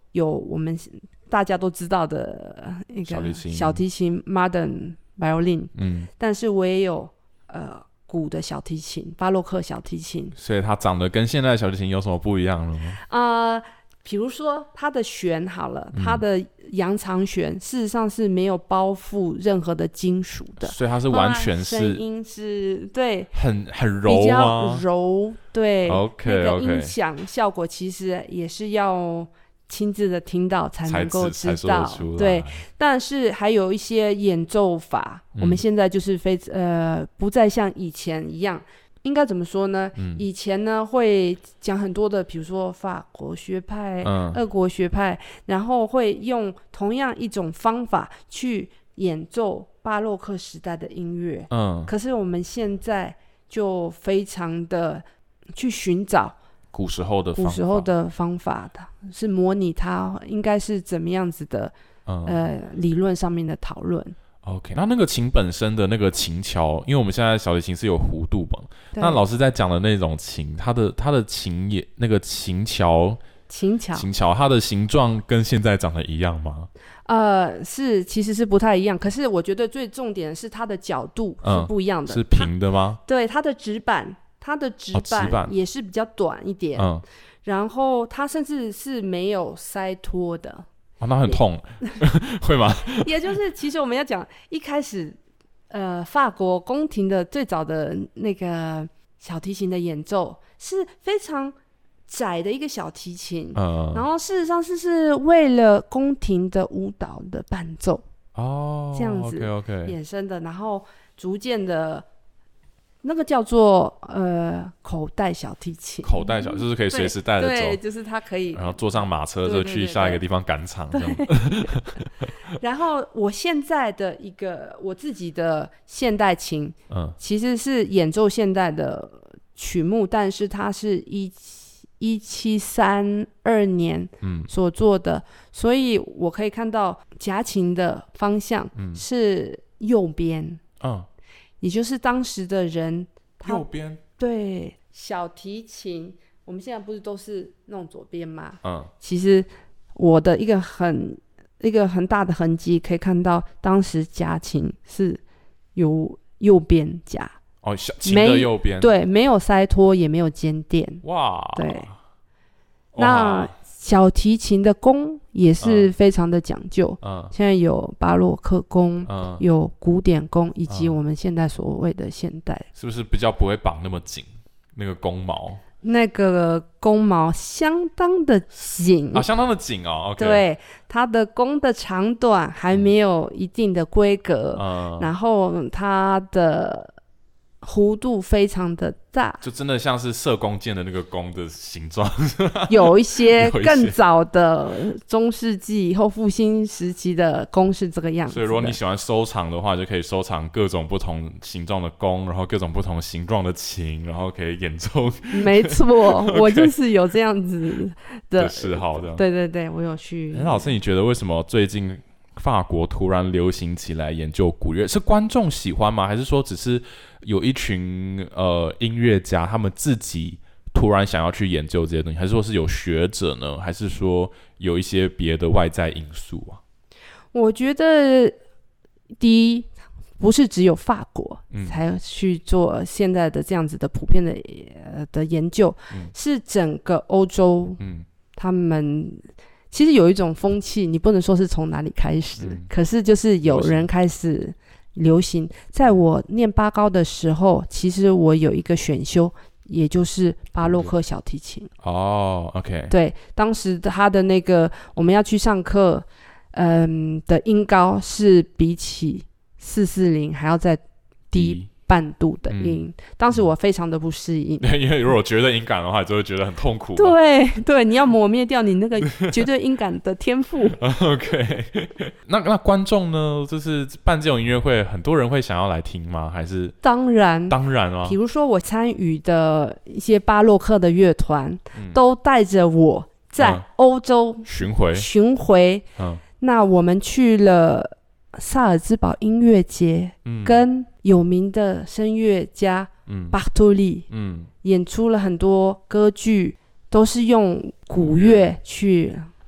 有我们大家都知道的一个小提琴 modern violin， 嗯，但是我也有呃古的小提琴，巴洛克小提琴。 所以它长得跟现在的小提琴有什么不一样了吗？ 呃，比如说它的弦好了，它的扬长弦、嗯、事实上是没有包覆任何的金属的， 所以它是完全是声音是对很很柔吗？ 比较柔，对 ，OK， 那个音响效果其实也是要亲自的听到才能够知道，对。但是还有一些演奏法，嗯、我们现在就是非呃不再像以前一样，应该怎么说呢？嗯、以前呢会讲很多的，比如说法国学派、嗯、俄国学派，然后会用同样一种方法去演奏巴洛克时代的音乐。嗯，可是我们现在就非常的去寻找。 古时候的方法， 古时候的方法是模拟它应该是怎么样子的、嗯、呃理论上面的讨论。 OK， 那那个琴本身的那个琴桥，因为我们现在小提琴是有弧度嘛，那老师在讲的那种琴，它的它的琴也那个琴桥， 琴桥琴桥它的形状跟现在长得一样吗？ 呃，是其实是不太一样，可是我觉得最重点是它的角度是不一样的， 嗯、是平的吗？ 对，它的指板。它的指板也是比较短一点，哦、然后它甚至是没有塞托的， 哦、那很痛，会吗？ 也就是其实我们要讲一开始，呃，法国宫廷的最早的那个小提琴的演奏是非常窄的一个小提琴，嗯、然后事实上是是为了宫廷的舞蹈的伴奏哦，这样子衍生的， okay, okay. 然后逐渐的。那个叫做呃口袋小提琴， 口袋小就是可以随时带着走， 对，就是它可以， 然后坐上马车就去下一个地方赶场这样。 然后我现在的一个我自己的现代琴，嗯，其实是演奏现代的曲目，但是它是一一七三二年所做的，嗯，所以我可以看到夹琴的方向是右边，嗯。也就是当时的人， 右边对小提琴，我们现在不是都是弄左边吗？嗯，其实我的一个很一个很大的痕迹，可以看到当时夹琴是由右边夹哦，小琴的右边， 对，没有塞托，也没有肩垫，哇，对，那。小提琴的弓也是非常的讲究，嗯，现在有巴洛克弓，嗯，有古典弓，以及我们现在所谓的现代， 是不是比较不会绑那么紧？那个弓毛， 那个弓毛相当的紧啊，相当的紧哦。Okay， 对，它的弓的长短还没有一定的规格，嗯，然后它的弧度非常的大， 就真的像是射弓箭的那个弓的形状。 有一些更早的中世纪后复兴时期的弓是这个样子的， 所以如果你喜欢收藏的话，就可以收藏各种不同形状的弓，然后各种不同形状的琴，然后可以演奏。 没错，okay， 我就是有这样子的嗜好的。 对对对，我有去。 老师，你觉得为什么最近法国突然流行起来研究古乐？是观众喜欢吗？还是说只是有一群呃音乐家他们自己突然想要去研究这些东西？还是说是有学者呢？还是说有一些别的外在因素啊？ 我觉得第一不是只有法国才去做现在的这样子的普遍的、呃、的研究，嗯，是整个欧洲，嗯，他们其实有一种风气，你不能说是从哪里开始，嗯，可是就是有人开始流行。在我念八高的时候，其实我有一个选修，也就是巴洛克小提琴。 哦 ，OK， 对，当时他的那个我们要去上课，嗯的音高是比起四四零还要再低半度的音，嗯，当时我非常的不适应， 因为如果绝对音感的话，就会觉得很痛苦。 对对，你要磨灭掉你那个绝对音感的天赋。 OK， 那那观众呢？就是办这种音乐会，很多人会想要来听吗？还是当然当然啊。 比如说我参与的一些巴洛克的乐团，嗯，都带着我在欧洲巡回巡回。嗯，那我们去了萨尔兹堡音乐节，嗯，跟有名的声乐家巴托利，嗯，演出了很多歌剧，都是用古乐去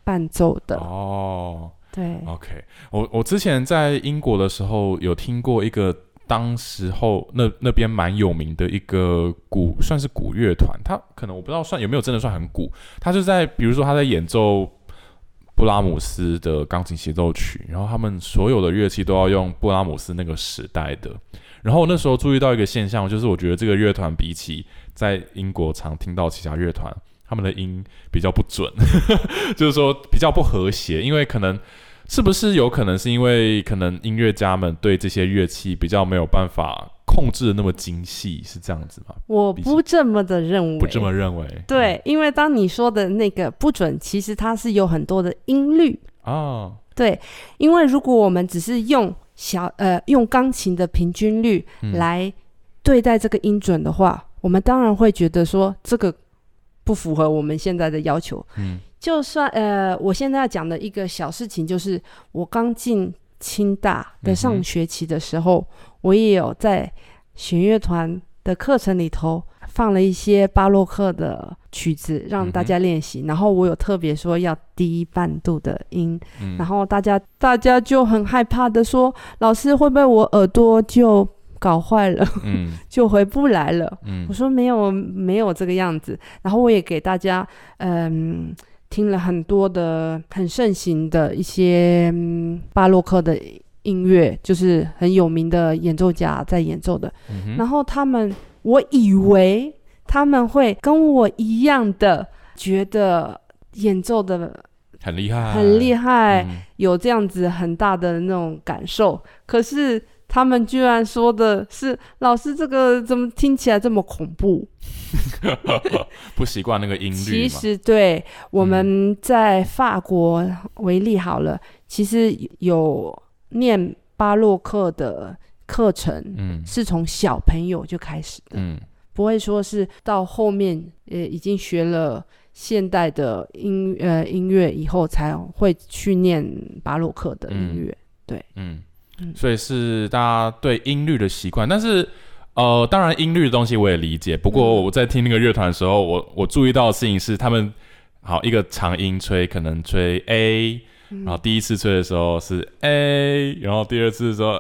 伴奏的。 哦， 对 ，OK， 我我之前在英国的时候有听过一个当时候那那边蛮有名的一个古算是古乐团，他可能我不知道算有没有真的算很古，他就在比如说他在演奏布拉姆斯的钢琴协奏曲，然后他们所有的乐器都要用布拉姆斯那个时代的。然后我那时候注意到一个现象，就是我觉得这个乐团比起在英国常听到其他乐团，他们的音比较不准，就是说比较不和谐，因为可能是不是有可能是因为可能音乐家们对这些乐器比较没有办法控制的那么精细，是这样子吗？ 我不这么的认为， 不这么认为。 对，嗯、因为当你说的那个不准，其实它是有很多的音律哦。 对，因为如果我们只是用小呃用钢琴的平均律来对待这个音准的话，嗯、我们当然会觉得说这个不符合我们现在的要求。嗯，就算呃，我现在要讲的一个小事情，就是我刚进清大的上学期的时候，嗯、我也有在弦乐团的课程里头放了一些巴洛克的曲子让大家练习，嗯、然后我有特别说要低半度的音，嗯、然后大家大家就很害怕的说，老师会不会我耳朵就搞坏了，嗯、就回不来了，嗯、我说没有没有这个样子，然后我也给大家嗯听了很多的很盛行的一些、嗯、巴洛克的音乐，就是很有名的演奏家在演奏的，嗯、然后他们我以为他们会跟我一样的觉得演奏的很厉害很厉害、嗯、有这样子很大的那种感受，可是他们居然说的是老师这个怎么听起来这么恐怖不习惯那个音律嘛。 其实对我们在法国为例好了、嗯、其实有念巴洛克的课程、嗯、是从小朋友就开始的、嗯、不会说是到后面呃已经学了现代的 音, 呃音乐以后才会去念巴洛克的音乐、嗯、对， 嗯所以是大家对音律的习惯，但是呃，当然音律的东西我也理解。不过我在听那个乐团的时候，我我注意到的事情是，他们好一个长音吹，可能吹 A，、嗯、然后第一次吹的时候是 A， 然后第二次的时候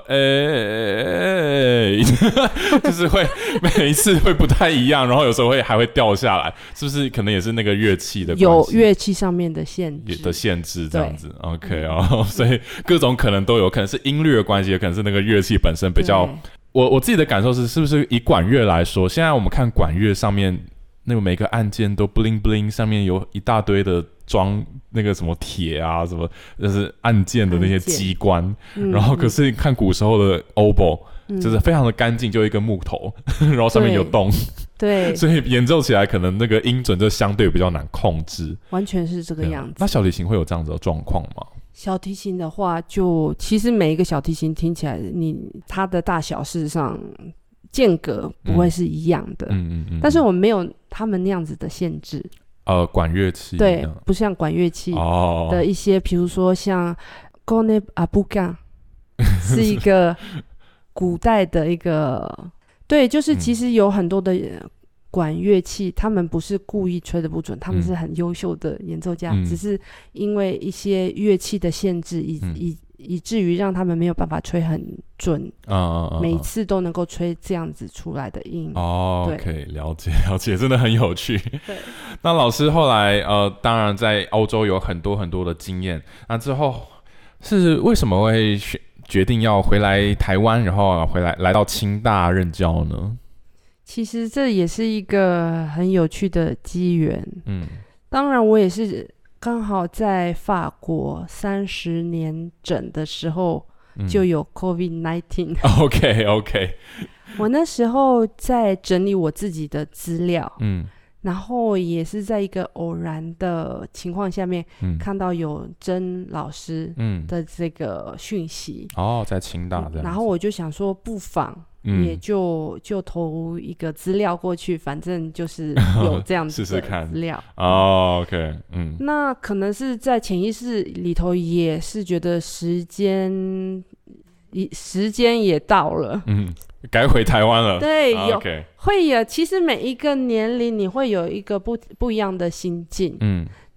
A， 就是会每一次会不太一样，然后有时候会还会掉下来，是不是？可能也是那个乐器的关系， 有乐器上面的限制的限制这样子。OK 哦、嗯，所以各种可能都有，可能是音律的关系，也可能是那个乐器本身比较。我我自己的感受是，是不是以管乐来说，现在我们看管乐上面那个每个按键都 bling bling， 上面有一大堆的装那个什么铁啊，什么就是按键的那些机关，嗯、然后可是看古时候的 oboe、嗯、就是非常的干净，就一个木头，然后上面有洞， 对， 所以演奏起来可能那个音准就相对比较难控制， 完全是这个样子。 那小提琴会有这样子的状况吗？ 小提琴的话就其实每一个小提琴听起来你它的大小事实上间隔不会是一样的，嗯嗯嗯嗯、但是我们没有他们那样子的限制。 呃，管乐器对，不像管乐器的一些，比、哦、如说像 Cornet à Boucan 是一个古代的一个，对，就是其实有很多的管乐器，嗯、他们不是故意吹的不准，他们是很优秀的演奏家，嗯、只是因为一些乐器的限制，以、嗯、以以至于让他们没有办法吹很准，哦、每次都能够吹这样子出来的音。 哦，可以了解了解，真的很有趣。对，那老师后来呃，当然在欧洲有很多很多的经验，那之后是为什么会决定要回来台湾，然后回来来到清大任教呢？ 其实这也是一个很有趣的机缘。嗯，当然我也是刚好在法国三十年整的时候就有 COVID 十九、嗯、 OK OK 我那时候在整理我自己的资料，嗯，然后也是在一个偶然的情况下面、嗯、看到有甄老师的这个讯息、 嗯、哦，在清大这样、嗯、 然后我就想说不妨也就就投一个资料过去，反正就是有这样子的资料。 试试看哦 ，OK， 嗯， 那可能是在潜意识里头也是觉得时间，时间也到了， 嗯，该回台湾了。 对，有、 oh, okay. 会有，其实每一个年龄你会有一个不不一样的心境，嗯。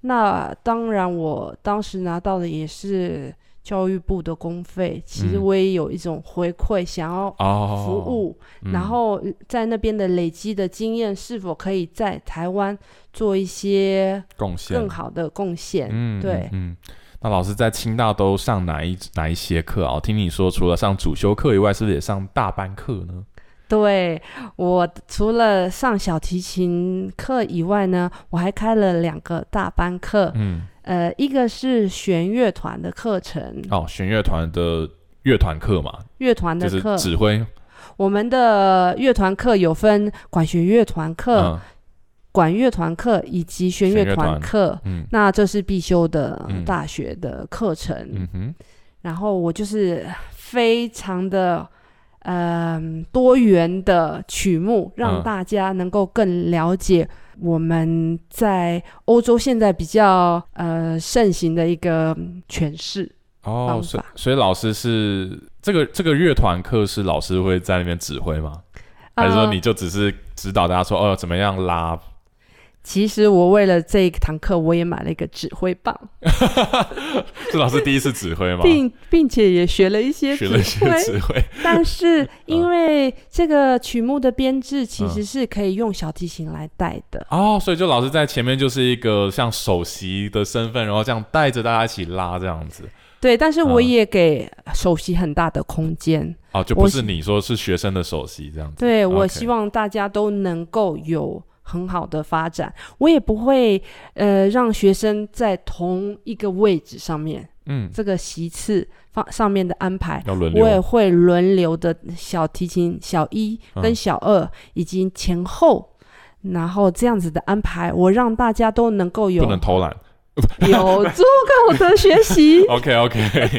那当然我当时拿到的也是教育部的公费，其实我也有一种回馈，嗯、想要服务、哦嗯、然后在那边的累积的经验是否可以在台湾做一些贡献， 更好的贡献。 嗯， 对， 嗯。嗯，那老师在清大都上哪一哪一些课啊？我听你说除了上主修课以外，是不是也上大班课呢？ 对，我除了上小提琴课以外呢，我还开了两个大班课。嗯，呃，一个是弦乐团的课程。 哦，弦乐团的乐团课嘛， 乐团的课就是指挥。 我们的乐团课有分管弦乐团课、嗯、管乐团课以及弦乐团课。嗯，那这是必修的大学的课程。嗯哼，然后我就是非常的。呃，多元的曲目，让大家能够更了解我们在欧洲现在比较呃盛行的一个诠释方法。哦，所以所以老师是这个这个乐团课是老师会在那边指挥吗？还是说你就只是指导大家说、呃、哦怎么样拉？ 其实我为了这一堂课，我也买了一个指挥棒。 是老师第一次指挥吗？ 并并且也学了一些指挥， 学了一些指挥。 但是因为这个曲目的编制其实是可以用小提琴来带的、 嗯、哦，所以就老师在前面就是一个像首席的身份，然后这样带着大家一起拉这样子。 对，但是我也给首席很大的空间、嗯、 哦，就不是你说是学生的首席这样子。 对，我希望大家都能够有很好的发展，我也不会呃让学生在同一个位置上面，嗯，这个席次放上面的安排，我也会轮流的小提琴小一跟小二、嗯、以及前后，然后这样子的安排，我让大家都能够有不能偷懒， 有助跟我的学习。 OK OK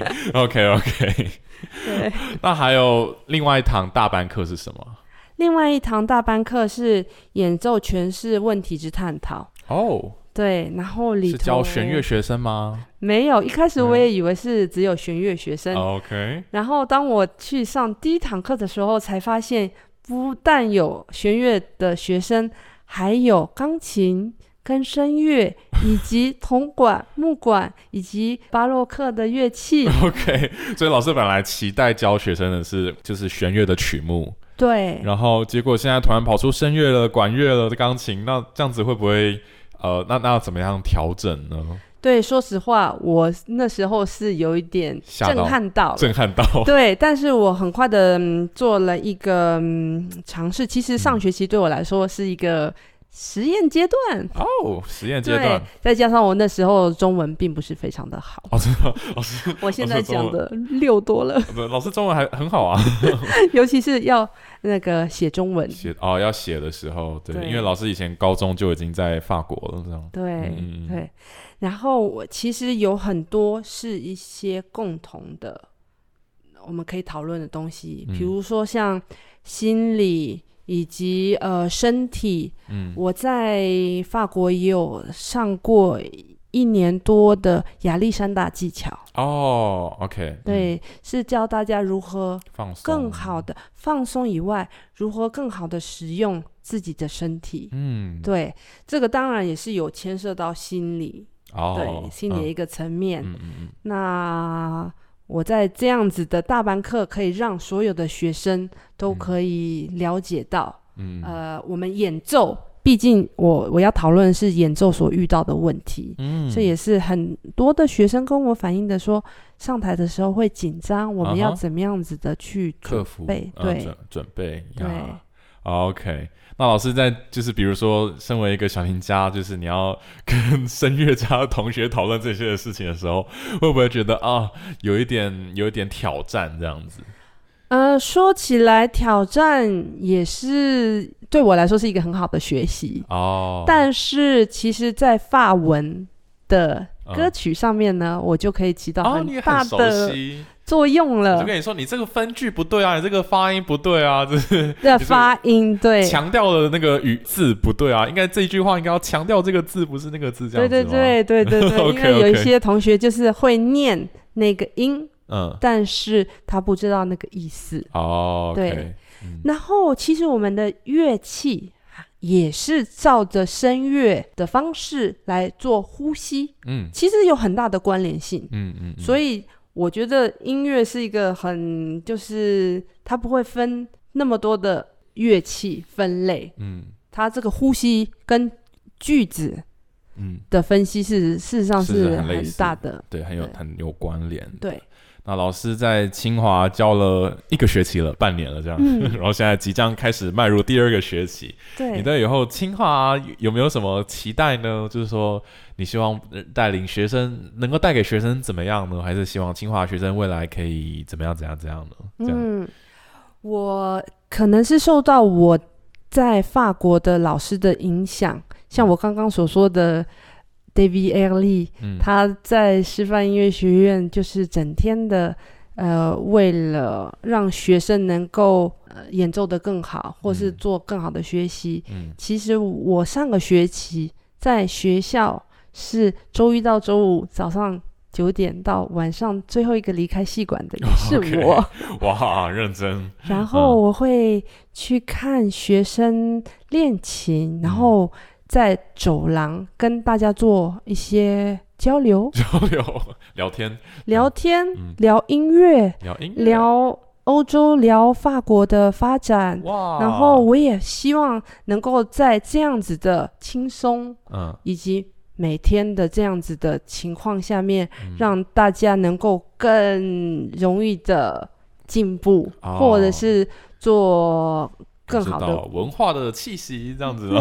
OK OK 对，那还有另外一堂大班课是什么？ 另外一堂大班课是演奏诠释问题之探讨。哦，对，然后里头是教弦乐学生吗？ 没有，一开始我也以为是只有弦乐学生、 嗯、OK。 然后当我去上第一堂课的时候才发现，不但有弦乐的学生，还有钢琴跟声乐以及铜管木管以及巴洛克的乐器。 OK， 所以老师本来期待教学生的是就是弦乐的曲目， 对， 然后结果现在突然跑出声乐了、管乐了、钢琴，那这样子会不会呃，那那要怎么样调整呢？ 对，说实话，我那时候是有一点震撼到震撼到对，但是我很快的、嗯、做了一个尝试、嗯。其实上学期对我来说是一个实验阶段哦，实验阶段， 再加上我那时候中文并不是非常的好哦，真的，老师， 我现在讲的溜多了。 老师中文还很好啊， 尤其是要那个写中文， 写哦要写的时候，对，对，因为老师以前高中就已经在法国了，这样对、嗯、对。然后我其实有很多是一些共同的，我们可以讨论的东西，比如说像心理。以及呃身体、嗯，我在法国也有上过一年多的亚历山大技巧哦 ，OK， 对、嗯，是教大家如何更好的放松以外，如何更好的使用自己的身体，嗯，对，这个当然也是有牵涉到心理，哦，对，心理的一个层面，嗯嗯嗯，那。我在这样子的大班课可以让所有的学生都可以了解到、嗯、呃，我们演奏毕竟我我要讨论的是演奏所遇到的问题，嗯，这也是很多的学生跟我反映的，说上台的时候会紧张，我们要怎么样子的去准备， 克服， 对、 呃、准, 准备对 OK。那老师在就是比如说身为一个小提琴家，就是你要跟声乐家的同学讨论这些的事情的时候，会不会觉得啊有一点有一点挑战这样子？ 呃，说起来挑战也是对我来说是一个很好的学习哦。但是其实在法文的歌曲上面呢、嗯、我就可以起到很大的作用了。 我就跟你说，你这个分句不对啊，你这个发音不对啊，这是的发音对， 强调的那个语字不对啊，应该这一句话应该要强调这个字，不是那个字，这样子吗？ 对对对对对对okay, 因为有一些同学就是会念那个音，嗯，但是他不知道那个意思。哦， okay, 对、嗯。然后其实我们的乐器也是照着声乐的方式来做呼吸， 嗯， 其实有很大的关联性， 嗯嗯嗯， 所以我觉得音乐是一个很，就是它不会分那么多的乐器分类，嗯，它这个呼吸跟句子的分析是、嗯、事实上是很大的， 对，很有很有关联， 对。 那老师在清华教了一个学期了，半年了这样，嗯、然后现在即将开始迈入第二个学期。 对， 你对以后清华有没有什么期待呢？就是说，你希望带领学生能够带给学生怎么样呢？还是希望清华学生未来可以怎么样怎样怎样呢？这样嗯，我可能是受到我在法国的老师的影响，像我刚刚所说的。David Airley、嗯、他在师范音乐学院就是整天的呃，为了让学生能够、呃、演奏得更好或是做更好的学习、嗯、其实我上个学期在学校是周一到周五早上九点到晚上最后一个离开系馆的也是我、 okay, 哇认真， 然后我会去看学生练琴、嗯、然后在走廊跟大家做一些交流交流聊天聊天、嗯、聊音乐聊音乐聊欧洲聊法国的发展， 哇！ 然后我也希望能够在这样子的轻松、嗯、以及每天的这样子的情况下面、嗯、让大家能够更容易的进步、哦、或者是做更好的文化的气息这样子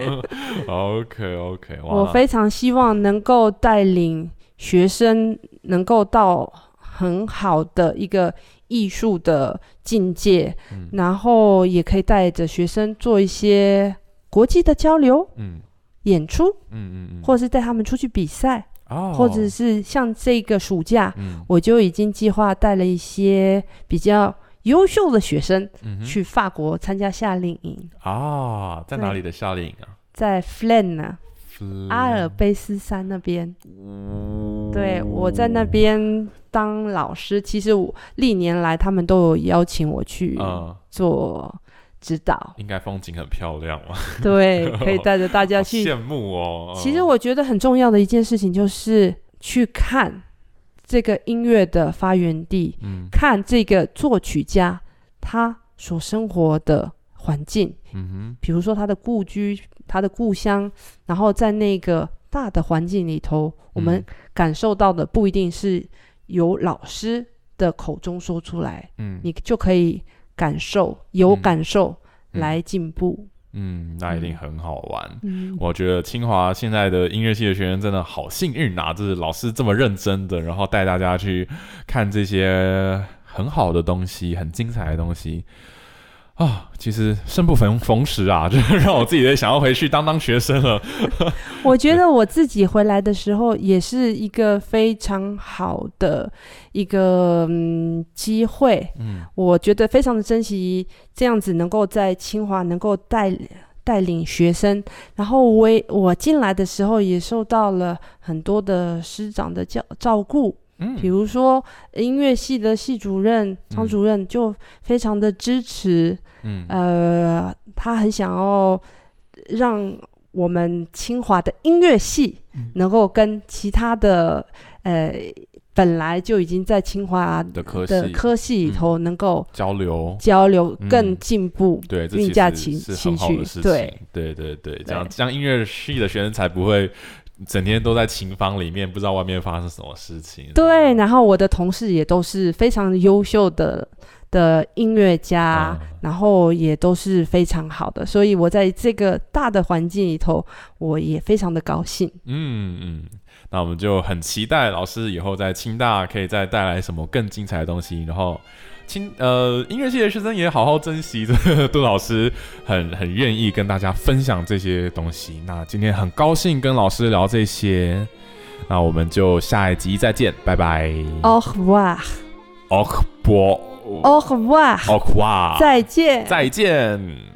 OK OK 我非常希望能够带领学生能够到很好的一个艺术的境界、嗯、然后也可以带着学生做一些国际的交流、嗯、演出、嗯嗯嗯、或者是带他们出去比赛、哦、或者是像这个暑假、嗯、我就已经计划带了一些比较优秀的学生、嗯、去法国参加夏令营啊，在哪里的夏令营啊？ 在 Flaine 阿尔卑斯山那边、嗯、对，我在那边当老师，其实我历年来他们都有邀请我去做指导、 嗯、应该风景很漂亮嘛对，可以带着大家去羡慕哦、 其实我觉得很重要的一件事情就是去看这个音乐的发源地、嗯、看这个作曲家他所生活的环境、嗯哼，比如说他的故居他的故乡，然后在那个大的环境里头、嗯、我们感受到的不一定是由老师的口中说出来、嗯、你就可以感受有感受来进步、嗯嗯，那一定很好玩、嗯、我觉得清华现在的音乐系的学生真的好幸运啊，就是老师这么认真的然后带大家去看这些很好的东西很精彩的东西啊，其实生不逢逢时啊，就是让我自己也想要回去当当学生了我觉得我自己回来的时候也是一个非常好的一个、嗯、机会、嗯、我觉得非常的珍惜这样子能够在清华能够带带领学生，然后我我进来的时候也受到了很多的师长的照照顾，嗯，比如说音乐系的系主任张主任就非常的支持，嗯，呃，他很想要让我们清华的音乐系能够跟其他的呃本来就已经在清华的科 系, 的科系里头能够交流交流更进步， 嗯、对，这并驾其实是很好的事情， 对对对对，这样这样音乐系的学生才不会整天都在琴房里面，不知道外面发生什么事情。 对，然后我的同事也都是非常优秀的的音乐家、嗯、然后也都是非常好的，所以我在这个大的环境里头我也非常的高兴。嗯嗯，那我们就很期待老师以后在清大可以再带来什么更精彩的东西，然后清呃音乐系的学生也好好珍惜这个杜老师很很愿意跟大家分享这些东西。那今天很高兴跟老师聊这些，那我们就下一集再见，拜拜。 Au revoir。 Au revoir。 Au revoir。 Au revoir。 再见。 再见。